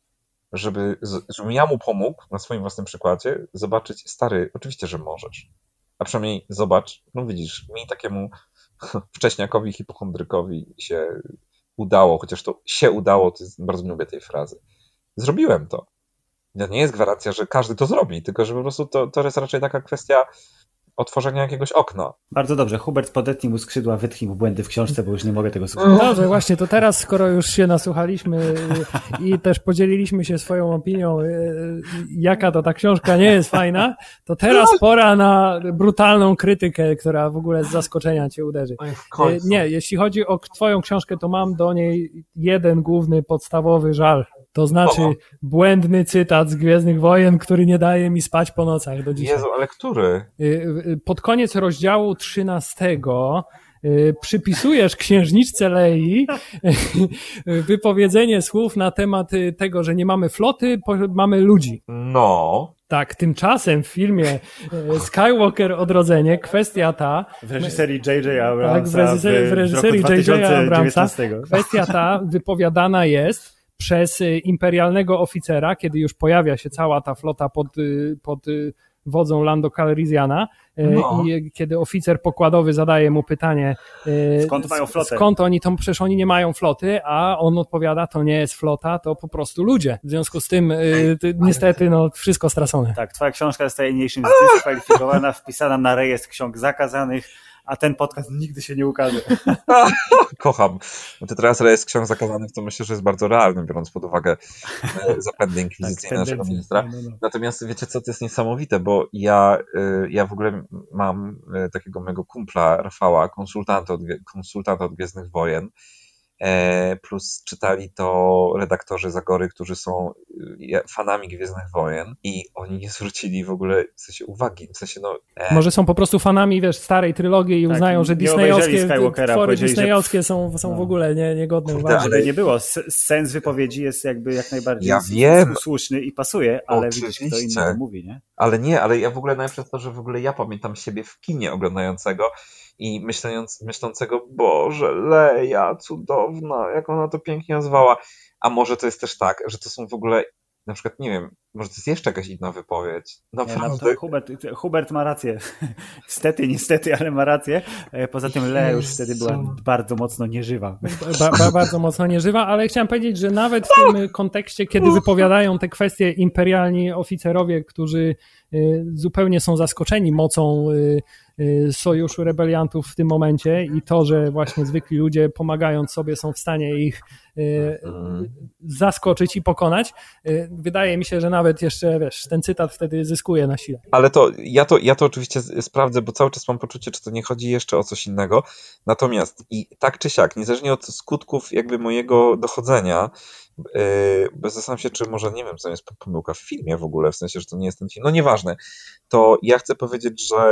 żebym ja mu pomógł na swoim własnym przykładzie zobaczyć, stary, oczywiście, że możesz. A przynajmniej zobacz, no widzisz, mi takiemu wcześniakowi, hipochondrykowi się udało, chociaż to się udało, to jest, bardzo lubię tej frazy. Zrobiłem to. To nie jest gwarancja, że każdy to zrobi, tylko że po prostu to jest raczej taka kwestia otworzenia jakiegoś okna. Bardzo dobrze. Hubert, podetnij mu skrzydła, wytchnij mu błędy w książce, bo już nie mogę tego słuchać. Dobrze, właśnie, to teraz, skoro już się nasłuchaliśmy i też podzieliliśmy się swoją opinią, jaka to ta książka nie jest fajna, to teraz pora na brutalną krytykę, która w ogóle z zaskoczenia cię uderzy. Nie, jeśli chodzi o twoją książkę, to mam do niej jeden główny, podstawowy żal. To znaczy błędny cytat z Gwiezdnych Wojen, który nie daje mi spać po nocach do dzisiaj. Jezu, ale który? Pod koniec rozdziału 13 przypisujesz księżniczce Lei wypowiedzenie słów na temat tego, że nie mamy floty, mamy ludzi. No. Tak, tymczasem w filmie Skywalker Odrodzenie, kwestia ta... W reżyserii J.J. Abramsa tak, w reżyserii J.J. Abramsa kwestia ta wypowiadana jest przez imperialnego oficera, kiedy już pojawia się cała ta flota pod wodzą Lando Calrissiana i kiedy oficer pokładowy zadaje mu pytanie, skąd mają flotę? Skąd oni, to przecież oni nie mają floty, a on odpowiada, to nie jest flota, to po prostu ludzie. W związku z tym niestety wszystko stracone. Tak, twoja książka jest tajemniejszym dyskwalifikowana, wpisana na rejestr ksiąg zakazanych, a ten podcast nigdy się nie ukaże. Kocham. No to teraz rejestr ksiąg zakazanych to myślę, że jest bardzo realny, biorąc pod uwagę zapędy inkwizycyjne naszego ministra. Natomiast wiecie co, to jest niesamowite, bo ja w ogóle mam takiego mojego kumpla Rafała, konsultanta od Gwiezdnych Wojen, plus czytali to redaktorzy Zagory, którzy są fanami Gwiezdnych Wojen i oni nie zwrócili w ogóle w sensie uwagi, w sensie Może są po prostu fanami, starej trylogii i uznają, że disneyowskie twory disneyowskie są w ogóle niegodne uwagi. Ale nie było. Sens wypowiedzi jest jakby jak najbardziej słuszny i pasuje, ale widzisz, kto innego mówi, nie? ale ja w ogóle nawet przez to, że w ogóle ja pamiętam siebie w kinie oglądającego i myślącego, Boże, Leia, cudowna, jak ona to pięknie nazwała. A może to jest też tak, że to są w ogóle, na przykład, nie wiem, może to jest jeszcze jakaś inna wypowiedź. Naprawdę. Hubert ma rację. Niestety, ale ma rację. Poza tym Leia już wtedy była bardzo mocno nieżywa. Bardzo mocno nieżywa, ale chciałem powiedzieć, że nawet w tym kontekście, kiedy wypowiadają te kwestie imperialni oficerowie, którzy zupełnie są zaskoczeni mocą sojuszu rebeliantów w tym momencie i to, że właśnie zwykli ludzie pomagając sobie są w stanie ich zaskoczyć i pokonać. Wydaje mi się, że nawet jeszcze, ten cytat wtedy zyskuje na sile. Ale ja to oczywiście sprawdzę, bo cały czas mam poczucie, czy to nie chodzi jeszcze o coś innego. Natomiast i tak czy siak, niezależnie od skutków jakby mojego dochodzenia, bo zastanawiam się, czy może, nie wiem, co jest pomyłka w filmie w ogóle, w sensie, że to nie jest ten film, no nieważne, to ja chcę powiedzieć, że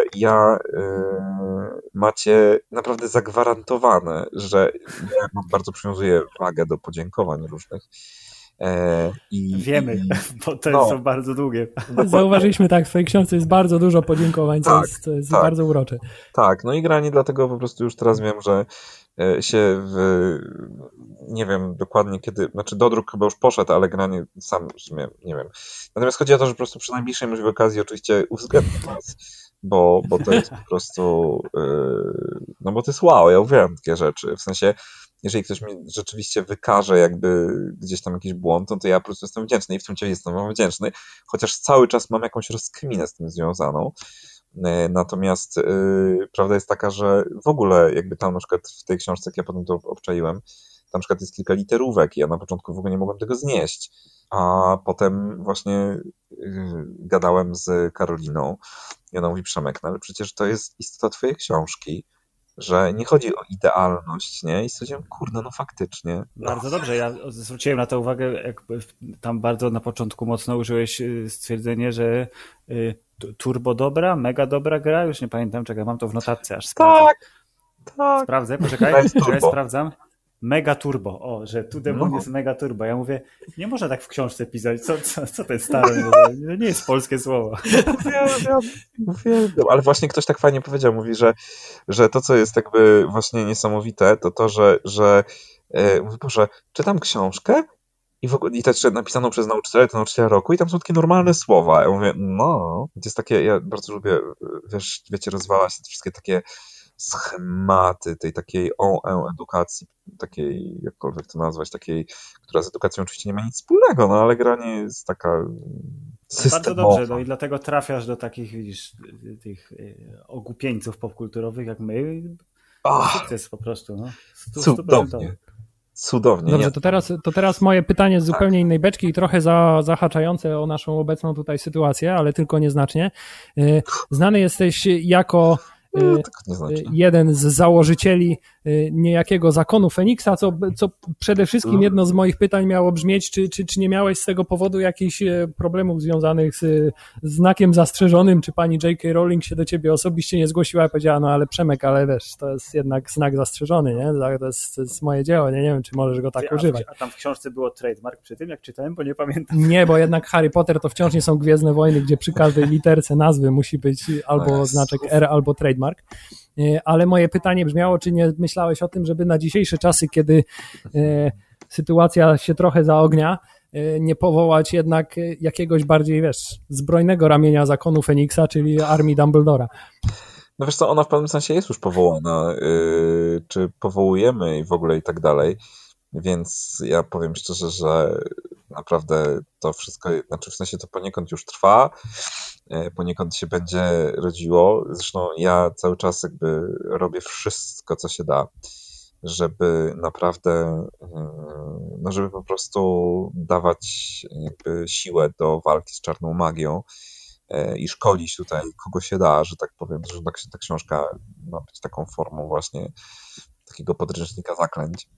macie naprawdę zagwarantowane, że ja bardzo przywiązuję wagę do podziękowań różnych. Wiemy, bo to są bardzo długie. Zauważyliśmy w twojej książce jest bardzo dużo podziękowań, to jest bardzo urocze. Tak, no i granie dlatego po prostu już teraz wiem, że się nie wiem dokładnie kiedy, znaczy dodruk chyba już poszedł, ale granie sam w sumie nie wiem. Natomiast chodzi o to, że po prostu przy najbliższej możliwej okazji oczywiście uwzględnię was, bo to jest po prostu no bo to jest wow, ja uwielbiam takie rzeczy, w sensie jeżeli ktoś mi rzeczywiście wykaże jakby gdzieś tam jakiś błąd, to ja po prostu jestem wdzięczny i w tym momencie jestem wdzięczny, chociaż cały czas mam jakąś rozkminę z tym związaną. Natomiast prawda jest taka, że w ogóle jakby tam na przykład w tej książce, jak ja potem to obczaiłem, tam na przykład jest kilka literówek i ja na początku w ogóle nie mogłem tego znieść, a potem właśnie gadałem z Karoliną i ona mówi, Przemek, no ale przecież to jest istota twojej książki, że nie chodzi o idealność, nie? I stwierdziłem, kurde, no faktycznie. Bardzo dobrze, ja zwróciłem na to uwagę, jak tam bardzo na początku mocno użyłeś stwierdzenie, że turbo dobra, mega dobra gra, już nie pamiętam, czekaj, mam to w notatce, aż sprawdzę. Tak. Sprawdzę, poczekaj, sprawdzam. Mega turbo, że tu demon jest mega turbo. Ja mówię, nie można tak w książce pisać, co ten stary, nie jest polskie słowo. Ale właśnie ktoś tak fajnie powiedział, mówi, że to, co jest jakby właśnie niesamowite, to mówi, Boże, czytam książkę i w ogóle i też napisaną przez nauczyciela roku i tam są takie normalne słowa. Ja mówię, no, to jest takie, ja bardzo lubię, wiecie, rozwala się te wszystkie takie schematy tej takiej edukacji, takiej, jakkolwiek to nazwać, takiej, która z edukacją oczywiście nie ma nic wspólnego, no ale gra nie jest taka systemowa. Bardzo dobrze, no i dlatego trafiasz do takich, widzisz, tych ogłupieńców popkulturowych jak my. Sukces po prostu, no. Cudownie. Dobrze, to teraz moje pytanie z zupełnie innej beczki i trochę zahaczające o naszą obecną tutaj sytuację, ale tylko nieznacznie. Znany jesteś jako jeden z założycieli niejakiego zakonu Feniksa, co przede wszystkim jedno z moich pytań miało brzmieć, czy nie miałeś z tego powodu jakichś problemów związanych z znakiem zastrzeżonym, czy pani J.K. Rowling się do ciebie osobiście nie zgłosiła i powiedziała, no ale Przemek, ale wiesz, to jest jednak znak zastrzeżony, nie? To jest moje dzieło, nie wiem, czy możesz go tak używać. A tam w książce było trademark przy tym, jak czytałem, bo nie pamiętam. Nie, bo jednak Harry Potter to wciąż nie są Gwiezdne Wojny, gdzie przy każdej literce nazwy musi być albo znaczek R, albo trademark. Ale moje pytanie brzmiało, czy nie myślałeś o tym, żeby na dzisiejsze czasy, kiedy sytuacja się trochę zaognia, nie powołać jednak jakiegoś bardziej, zbrojnego ramienia zakonu Feniksa, czyli armii Dumbledora? No wiesz co, ona w pewnym sensie jest już powołana, czy powołujemy i w ogóle i tak dalej, więc ja powiem szczerze, że naprawdę to wszystko, znaczy w sensie to poniekąd już trwa, poniekąd się będzie rodziło. Zresztą ja cały czas jakby robię wszystko, co się da, żeby naprawdę, no żeby po prostu dawać jakby siłę do walki z czarną magią i szkolić tutaj kogo się da, że tak powiem, że ta książka ma być taką formą właśnie takiego podręcznika zaklęć,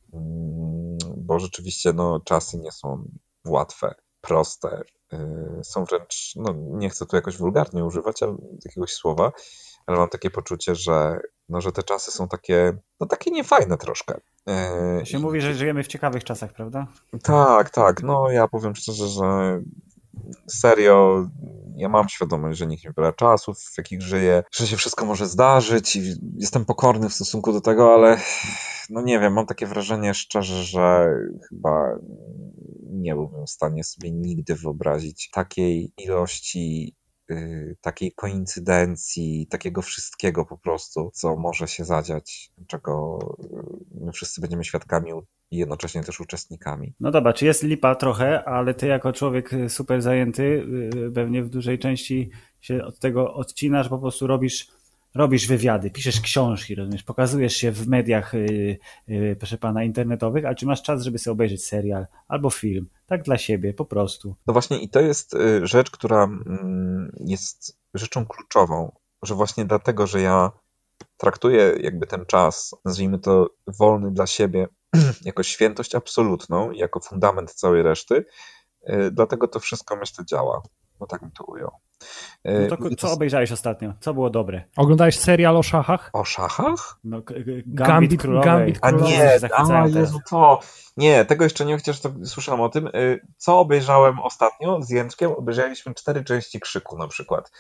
bo rzeczywiście no, czasy nie są łatwe, proste, są wręcz, no nie chcę tu jakoś wulgarnie używać jakiegoś słowa, ale mam takie poczucie, że te czasy są takie, no takie niefajne troszkę. Się mówi, że żyjemy w ciekawych czasach, prawda? Tak, no ja powiem szczerze, że serio ja mam świadomość, że nikt nie wybiera czasów, w jakich żyję, że się wszystko może zdarzyć i jestem pokorny w stosunku do tego, ale no nie wiem, mam takie wrażenie szczerze, że chyba nie byłbym w stanie sobie nigdy wyobrazić takiej ilości, takiej koincydencji, takiego wszystkiego po prostu, co może się zadziać, czego my wszyscy będziemy świadkami i jednocześnie też uczestnikami. No dobra, czy jest lipa trochę, ale ty jako człowiek super zajęty pewnie w dużej części się od tego odcinasz, po prostu robisz wywiady, piszesz książki, rozumiesz, pokazujesz się w mediach, proszę pana, internetowych, a czy masz czas, żeby sobie obejrzeć serial albo film, tak dla siebie, po prostu. No właśnie i to jest rzecz, która jest rzeczą kluczową, że właśnie dlatego, że ja traktuję jakby ten czas, nazwijmy to wolny dla siebie, jako świętość absolutną i jako fundament całej reszty, dlatego to wszystko, myślę, działa. No tak bym to ujął. No to co obejrzałeś ostatnio? Co było dobre? Oglądałeś serial o szachach? O szachach? No, Gambit Królowej. A nie, Jezu, to... Nie, tego jeszcze nie, chociaż to słyszałem o tym. Co obejrzałem ostatnio z Jędrkiem? Obejrzeliśmy 4 części Krzyku na przykład.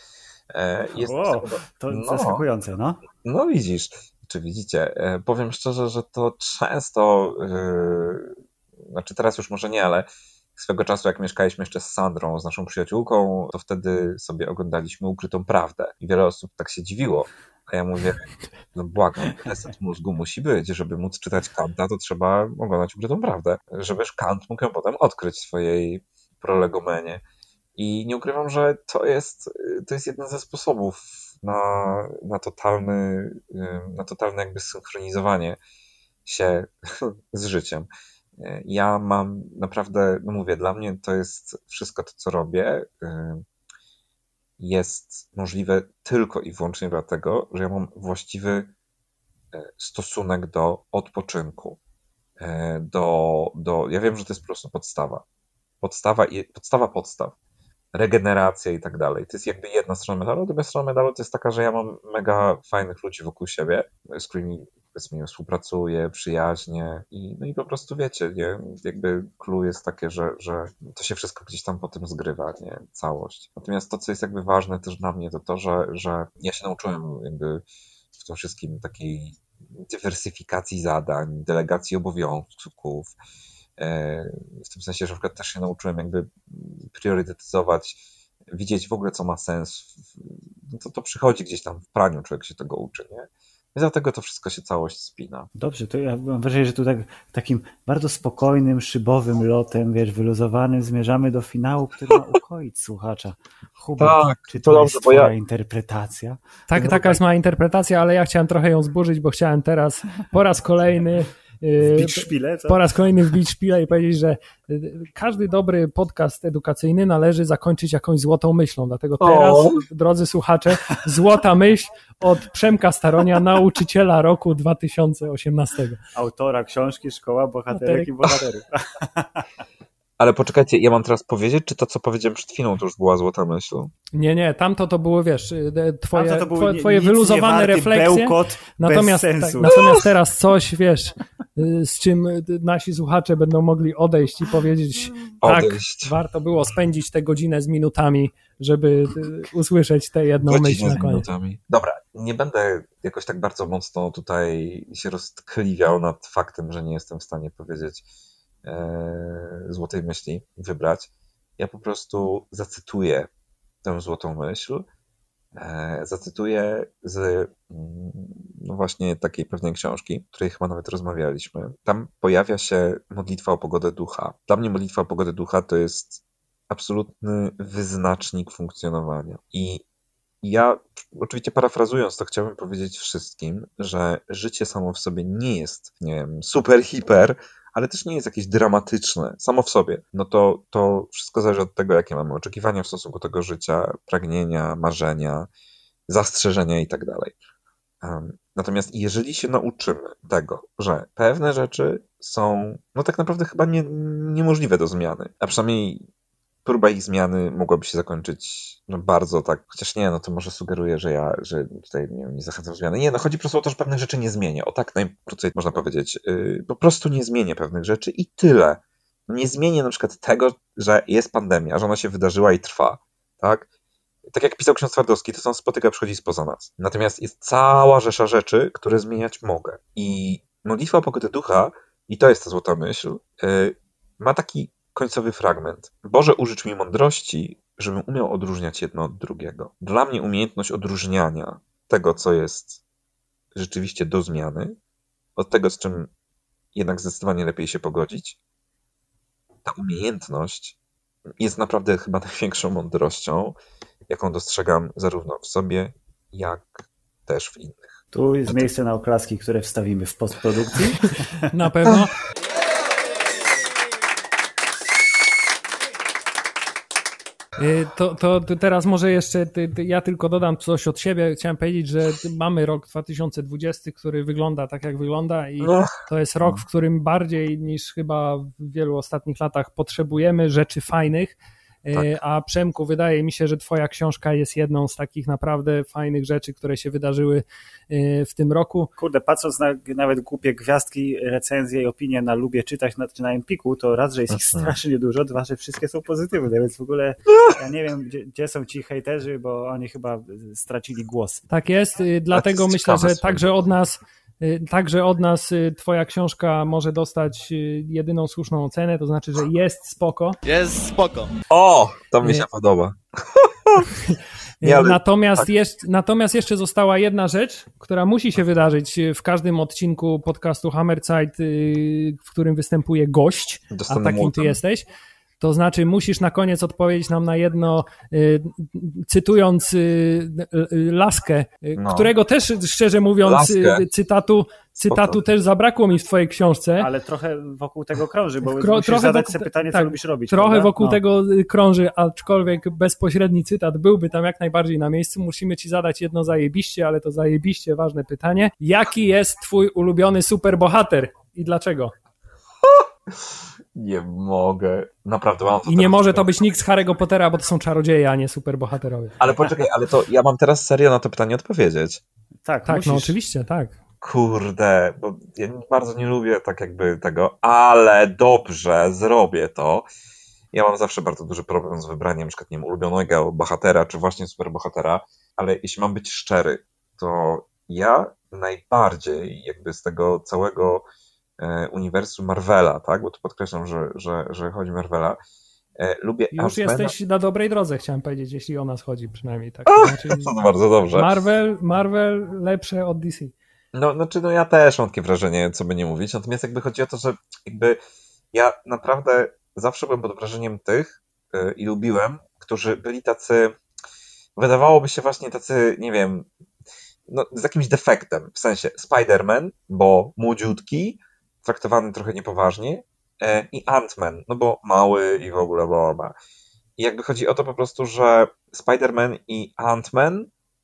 To zaskakujące, no. No widzisz, czy widzicie, powiem szczerze, że to często, znaczy teraz już może nie, ale swego czasu jak mieszkaliśmy jeszcze z Sandrą, z naszą przyjaciółką, to wtedy sobie oglądaliśmy Ukrytą Prawdę i wiele osób tak się dziwiło, a ja mówię, no błagam, reset mózgu musi być, żeby móc czytać Kanta, to trzeba oglądać Ukrytą Prawdę, żebyś Kant mógł ją potem odkryć w swojej prolegomenie. I nie ukrywam, że to jest jeden ze sposobów na totalne jakby synchronizowanie się z życiem. Ja mam naprawdę, no mówię, dla mnie to jest wszystko to, co robię, jest możliwe tylko i wyłącznie dlatego, że ja mam właściwy stosunek do odpoczynku. Ja wiem, że to jest po prostu podstaw, regeneracja i tak dalej. To jest jakby jedna strona medalu, druga strona medalu to jest taka, że ja mam mega fajnych ludzi wokół siebie, z którymi powiedzmy współpracuję, przyjaźnie i po prostu wiecie, nie? Jakby clue jest takie, że to się wszystko gdzieś tam potem zgrywa, nie? Całość. Natomiast to, co jest jakby ważne też dla mnie, to że ja się nauczyłem jakby w tym wszystkim takiej dywersyfikacji zadań, delegacji obowiązków, w tym sensie, że na przykład też się nauczyłem jakby priorytetyzować, widzieć w ogóle, co ma sens. No to przychodzi gdzieś tam w praniu, człowiek się tego uczy, nie? I dlatego to wszystko się całość spina. Dobrze, to ja mam wrażenie, że tu takim bardzo spokojnym, szybowym lotem, wiesz, wyluzowanym zmierzamy do finału, który ma ukoić słuchacza. Hubert, tak, czy to jest twoja interpretacja? Tak, taka jest moja interpretacja, ale ja chciałem trochę ją zburzyć, bo chciałem teraz po raz kolejny wbić szpilę i powiedzieć, że każdy dobry podcast edukacyjny należy zakończyć jakąś złotą myślą. Dlatego teraz, drodzy słuchacze, złota myśl od Przemka Staronia, nauczyciela roku 2018. Autora książki Szkoła Bohaterek i Bohaterów. Ale poczekajcie, ja mam teraz powiedzieć, czy to, co powiedziałem przed chwilą, to już była złota myśl? Nie, tamto to było, wiesz, twoje wyluzowane refleksje. Bełkot natomiast teraz coś, wiesz, z czym nasi słuchacze będą mogli odejść i powiedzieć, tak, warto było spędzić tę godzinę z minutami, żeby usłyszeć tę jedną myśl na koniec. Dobra, nie będę jakoś tak bardzo mocno tutaj się roztkliwiał nad faktem, że nie jestem w stanie powiedzieć złotej myśli, wybrać. Ja po prostu zacytuję tę złotą myśl. Zacytuję z no właśnie takiej pewnej książki, o której chyba nawet rozmawialiśmy. Tam pojawia się modlitwa o pogodę ducha. Dla mnie modlitwa o pogodę ducha to jest absolutny wyznacznik funkcjonowania. I ja, oczywiście parafrazując to, chciałbym powiedzieć wszystkim, że życie samo w sobie nie jest, nie wiem, super, hiper, ale też nie jest jakieś dramatyczne samo w sobie. No to wszystko zależy od tego, jakie mamy oczekiwania w stosunku do tego życia, pragnienia, marzenia, zastrzeżenia i tak dalej. Natomiast jeżeli się nauczymy tego, że pewne rzeczy są no tak naprawdę chyba niemożliwe do zmiany, a przynajmniej próba ich zmiany mogłaby się zakończyć no bardzo tak, chociaż nie, no to może sugeruję, że tutaj nie zachęcam do zmiany. Nie, no chodzi po prostu o to, że pewnych rzeczy nie zmienię. O tak najkrócej można powiedzieć. Po prostu nie zmienię pewnych rzeczy i tyle. Nie zmienię na przykład tego, że jest pandemia, że ona się wydarzyła i trwa, tak? tak jak pisał ksiądz Twardowski, to co on spotyka, przychodzi spoza nas. Natomiast jest cała rzesza rzeczy, które zmieniać mogę. I modlitwa o pogodę ducha, i to jest ta złota myśl, ma taki końcowy fragment. Boże, użycz mi mądrości, żebym umiał odróżniać jedno od drugiego. Dla mnie umiejętność odróżniania tego, co jest rzeczywiście do zmiany, od tego, z czym jednak zdecydowanie lepiej się pogodzić, ta umiejętność jest naprawdę chyba największą mądrością, jaką dostrzegam zarówno w sobie, jak też w innych. Tu jest miejsce na oklaski, które wstawimy w postprodukcji. Na pewno. To teraz może jeszcze ja tylko dodam coś od siebie. Chciałem powiedzieć, że mamy rok 2020, który wygląda tak, jak wygląda i to jest rok, w którym bardziej niż chyba w wielu ostatnich latach potrzebujemy rzeczy fajnych. Tak. A Przemku, wydaje mi się, że twoja książka jest jedną z takich naprawdę fajnych rzeczy, które się wydarzyły w tym roku. Kurde, patrząc na nawet głupie gwiazdki, recenzje i opinie na Lubię Czytać czy na Empiku, to raz, że jest ich strasznie dużo, dwa, że wszystkie są pozytywne, więc w ogóle ja nie wiem, gdzie są ci hejterzy, bo oni chyba stracili głos. Tak jest, dlatego myślę, że także od nas twoja książka może dostać jedyną słuszną ocenę, to znaczy, że jest spoko. Jest spoko. O, to mi się podoba. Nie, ale... Natomiast jeszcze została jedna rzecz, która musi się wydarzyć w każdym odcinku podcastu Hammerzeit, w którym występuje gość, a takim ty jesteś. To znaczy musisz na koniec odpowiedzieć nam na jedno, cytując Laskę, którego też, szczerze mówiąc, cytatu też zabrakło mi w twojej książce. Ale trochę wokół tego krąży, bo musisz zadać sobie pytanie, co lubisz robić. Trochę prawda? Wokół tego krąży, aczkolwiek bezpośredni cytat byłby tam jak najbardziej na miejscu. Musimy ci zadać jedno zajebiście, ale to zajebiście ważne pytanie. Jaki jest twój ulubiony superbohater i dlaczego? Nie mogę. Naprawdę mam to. I nie może to być nikt z Harry'ego Pottera, bo to są czarodzieje, a nie superbohaterowie. Ale poczekaj, ale to ja mam teraz serio na to pytanie odpowiedzieć. Tak, musisz. No oczywiście, tak. Kurde, bo ja bardzo nie lubię tak jakby tego, ale dobrze, zrobię to. Ja mam zawsze bardzo duży problem z wybraniem na przykład, nie wiem, ulubionego bohatera, czy właśnie superbohatera, ale jeśli mam być szczery, to ja najbardziej jakby z tego całego uniwersum Marvela, tak? Bo tu podkreślam, że chodzi Marvela. Lubię już Ant-Mana. Jesteś na dobrej drodze, chciałem powiedzieć, jeśli o nas chodzi przynajmniej. Tak. Znaczy, to bardzo dobrze. Marvel lepsze od DC. No ja też mam takie wrażenie, co by nie mówić, natomiast jakby chodzi o to, że jakby ja naprawdę zawsze byłem pod wrażeniem tych i lubiłem, którzy byli tacy, wydawałoby się właśnie tacy, nie wiem, no, z jakimś defektem, w sensie Spider-Man, bo młodziutki, traktowany trochę niepoważnie, i Ant-Man, no bo mały i w ogóle bla. I jakby chodzi o to po prostu, że Spider-Man i Ant-Man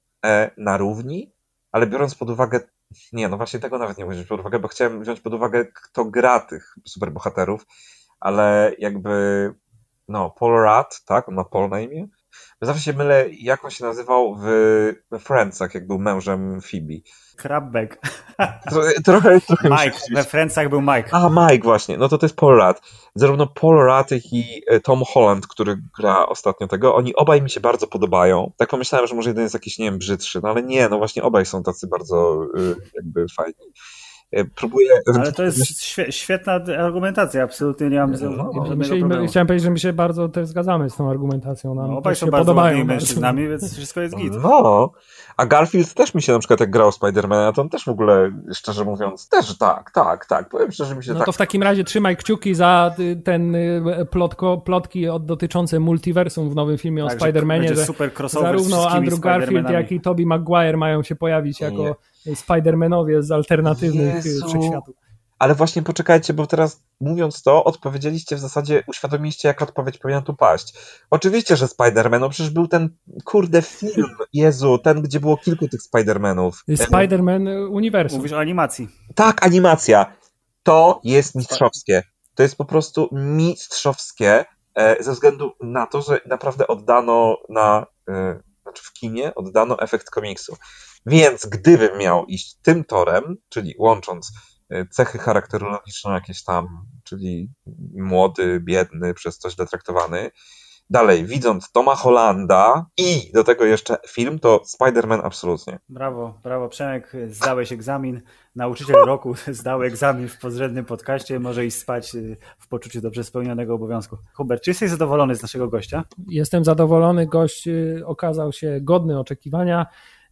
na równi, ale biorąc pod uwagę, nie, no właśnie tego nawet nie mogę wziąć pod uwagę, bo chciałem wziąć pod uwagę, kto gra tych superbohaterów, ale jakby, no, Paul Rudd, tak, on ma Paul na imię? Zawsze się mylę, jak on się nazywał w Friendsach, jak był mężem Phoebe. Crabback. Trochę Mike, we Friendsach był Mike. A, Mike właśnie, no to jest Paul Rudd. Zarówno Paul Rudd, jak i Tom Holland, który gra ostatnio tego, oni obaj mi się bardzo podobają. Tak pomyślałem, że może jeden jest jakiś, nie wiem, brzydszy, no ale nie, no właśnie obaj są tacy bardzo jakby fajni. Próbuję... Ale to jest świetna argumentacja, absolutnie nie mam żadnego problemu. Chciałem powiedzieć, że my się bardzo też zgadzamy z tą argumentacją. Nam obaj są bardzo ładnymi mężczyznami, więc wszystko jest git. No, a Garfield też mi się na przykład jak grał Spider-Mana, to on też w ogóle, szczerze mówiąc, też tak, powiem szczerze, mi się No to w takim razie trzymaj kciuki za ten plotki dotyczące multiversum w nowym filmie o Spider-Manie, że super crossover zarówno Andrew Garfield, jak i Tobey Maguire mają się pojawić jako Spider-Manowie z alternatywnych wszechświatów. Ale właśnie poczekajcie, bo teraz mówiąc to, odpowiedzieliście w zasadzie, uświadomiliście, jaka odpowiedź powinna tu paść. Oczywiście, że Spider-Man, no przecież był ten kurde film, Jezu, ten, gdzie było kilku tych Spider-Manów. Spider-Man uniwersum. Mówisz o animacji. Tak, animacja. To jest mistrzowskie. To jest po prostu mistrzowskie ze względu na to, że naprawdę oddano w kinie oddano efekt komiksu. Więc gdybym miał iść tym torem, czyli łącząc cechy charakterologiczne jakieś tam, czyli młody, biedny, przez coś detraktowany, Dalej, widząc Toma Hollanda i do tego jeszcze film, to Spider-Man absolutnie. Brawo, brawo. Przemek, zdałeś egzamin. Nauczyciel roku zdał egzamin w podrzędnym podcaście. Może iść spać w poczuciu dobrze spełnionego obowiązku. Hubert, czy jesteś zadowolony z naszego gościa? Jestem zadowolony. Gość okazał się godny oczekiwania.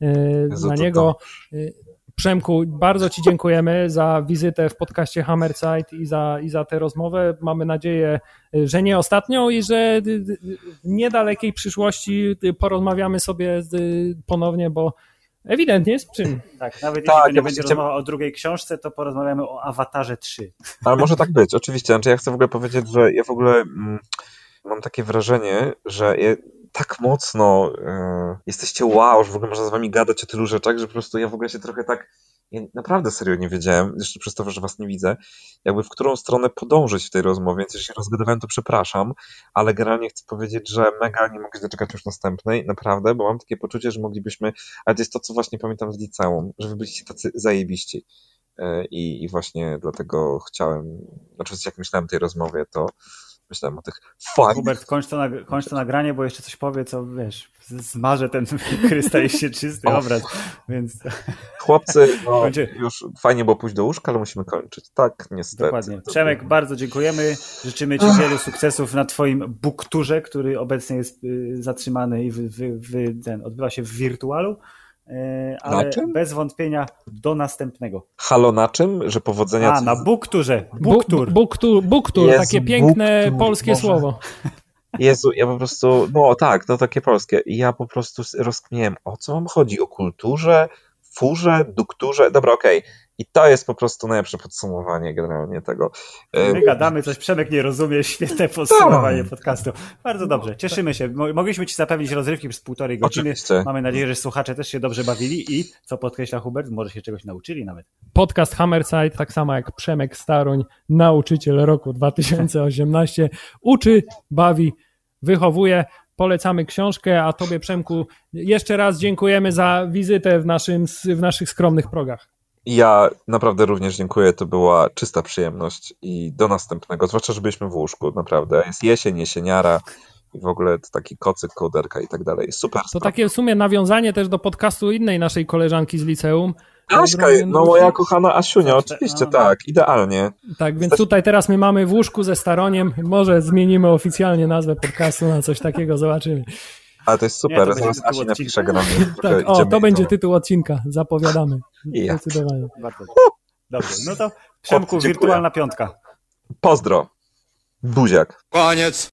Na niego. Przemku, bardzo Ci dziękujemy za wizytę w podcaście Hammerside i za tę rozmowę. Mamy nadzieję, że nie ostatnią i że w niedalekiej przyszłości porozmawiamy sobie ponownie, bo ewidentnie jest czym. Tak, nawet jeśli to nie będzie rozmowa o drugiej książce, to porozmawiamy o Awatarze 3. Ale może tak być, oczywiście. Znaczy ja chcę w ogóle powiedzieć, że ja w ogóle mam takie wrażenie, że tak mocno jesteście wow, że w ogóle można z wami gadać o tylu rzeczach, że po prostu ja w ogóle się trochę tak, ja naprawdę serio nie wiedziałem, jeszcze przez to, że was nie widzę, jakby w którą stronę podążyć w tej rozmowie, więc jeśli się rozgadywałem, to przepraszam, ale generalnie chcę powiedzieć, że mega nie mogę się doczekać już następnej, naprawdę, bo mam takie poczucie, że moglibyśmy, ale to jest to, co właśnie pamiętam z liceum, że wy byliście tacy zajebiści i właśnie dlatego chciałem, znaczy jak myślałem o tej rozmowie, to myślałem o tych fajnych... Hubert, kończ to nagranie, bo jeszcze coś powie, co wiesz, zmaże ten krystal się czysty obraz, więc... Chłopcy, no, już fajnie było pójść do łóżka, ale musimy kończyć. Tak, niestety. Dokładnie. Przemek, bardzo dziękujemy. Życzymy Ci wielu sukcesów na Twoim bookturze, który obecnie jest zatrzymany i odbywa się w wirtualu. Ale bez wątpienia do następnego. Halo, na czym? Że powodzenia... Na bookturze. Booktur, takie piękne polskie słowo. Jezu, ja po prostu, no tak, no takie polskie. I ja po prostu rozkminiałem, o co wam chodzi? O kulturze, furze, dukturze? Dobra, okej. I to jest po prostu najlepsze podsumowanie generalnie tego. My gadamy coś, Przemek nie rozumie, świetne podsumowanie podcastu. Bardzo dobrze, cieszymy się. Mogliśmy Ci zapewnić rozrywki przez 1,5 godziny. Oczywiście. Mamy nadzieję, że słuchacze też się dobrze bawili i, co podkreśla Hubert, może się czegoś nauczyli nawet. Podcast Hammerside, tak samo jak Przemek Staroń, nauczyciel roku 2018, uczy, bawi, wychowuje. Polecamy książkę, a Tobie, Przemku, jeszcze raz dziękujemy za wizytę w naszych skromnych progach. Ja naprawdę również dziękuję, to była czysta przyjemność i do następnego, zwłaszcza, że byliśmy w łóżku, naprawdę. Jest jesień, jesieniara i w ogóle to taki kocyk, kołderka i tak dalej. Super. To takie w sumie nawiązanie też do podcastu innej naszej koleżanki z liceum. Aśka, no moja kochana Asiunia, oczywiście tak, idealnie. Tak, więc tutaj teraz my mamy w łóżku ze Staroniem, może zmienimy oficjalnie nazwę podcastu na coś takiego, zobaczymy. Ale to jest super, nie, zaraz Asi napisze go na mnie. Tak, to będzie tytuł odcinka, zapowiadamy. Zdecydowanie. Bardzo dobrze, no to Przemku, wirtualna piątka. Pozdro. Buziak. Koniec.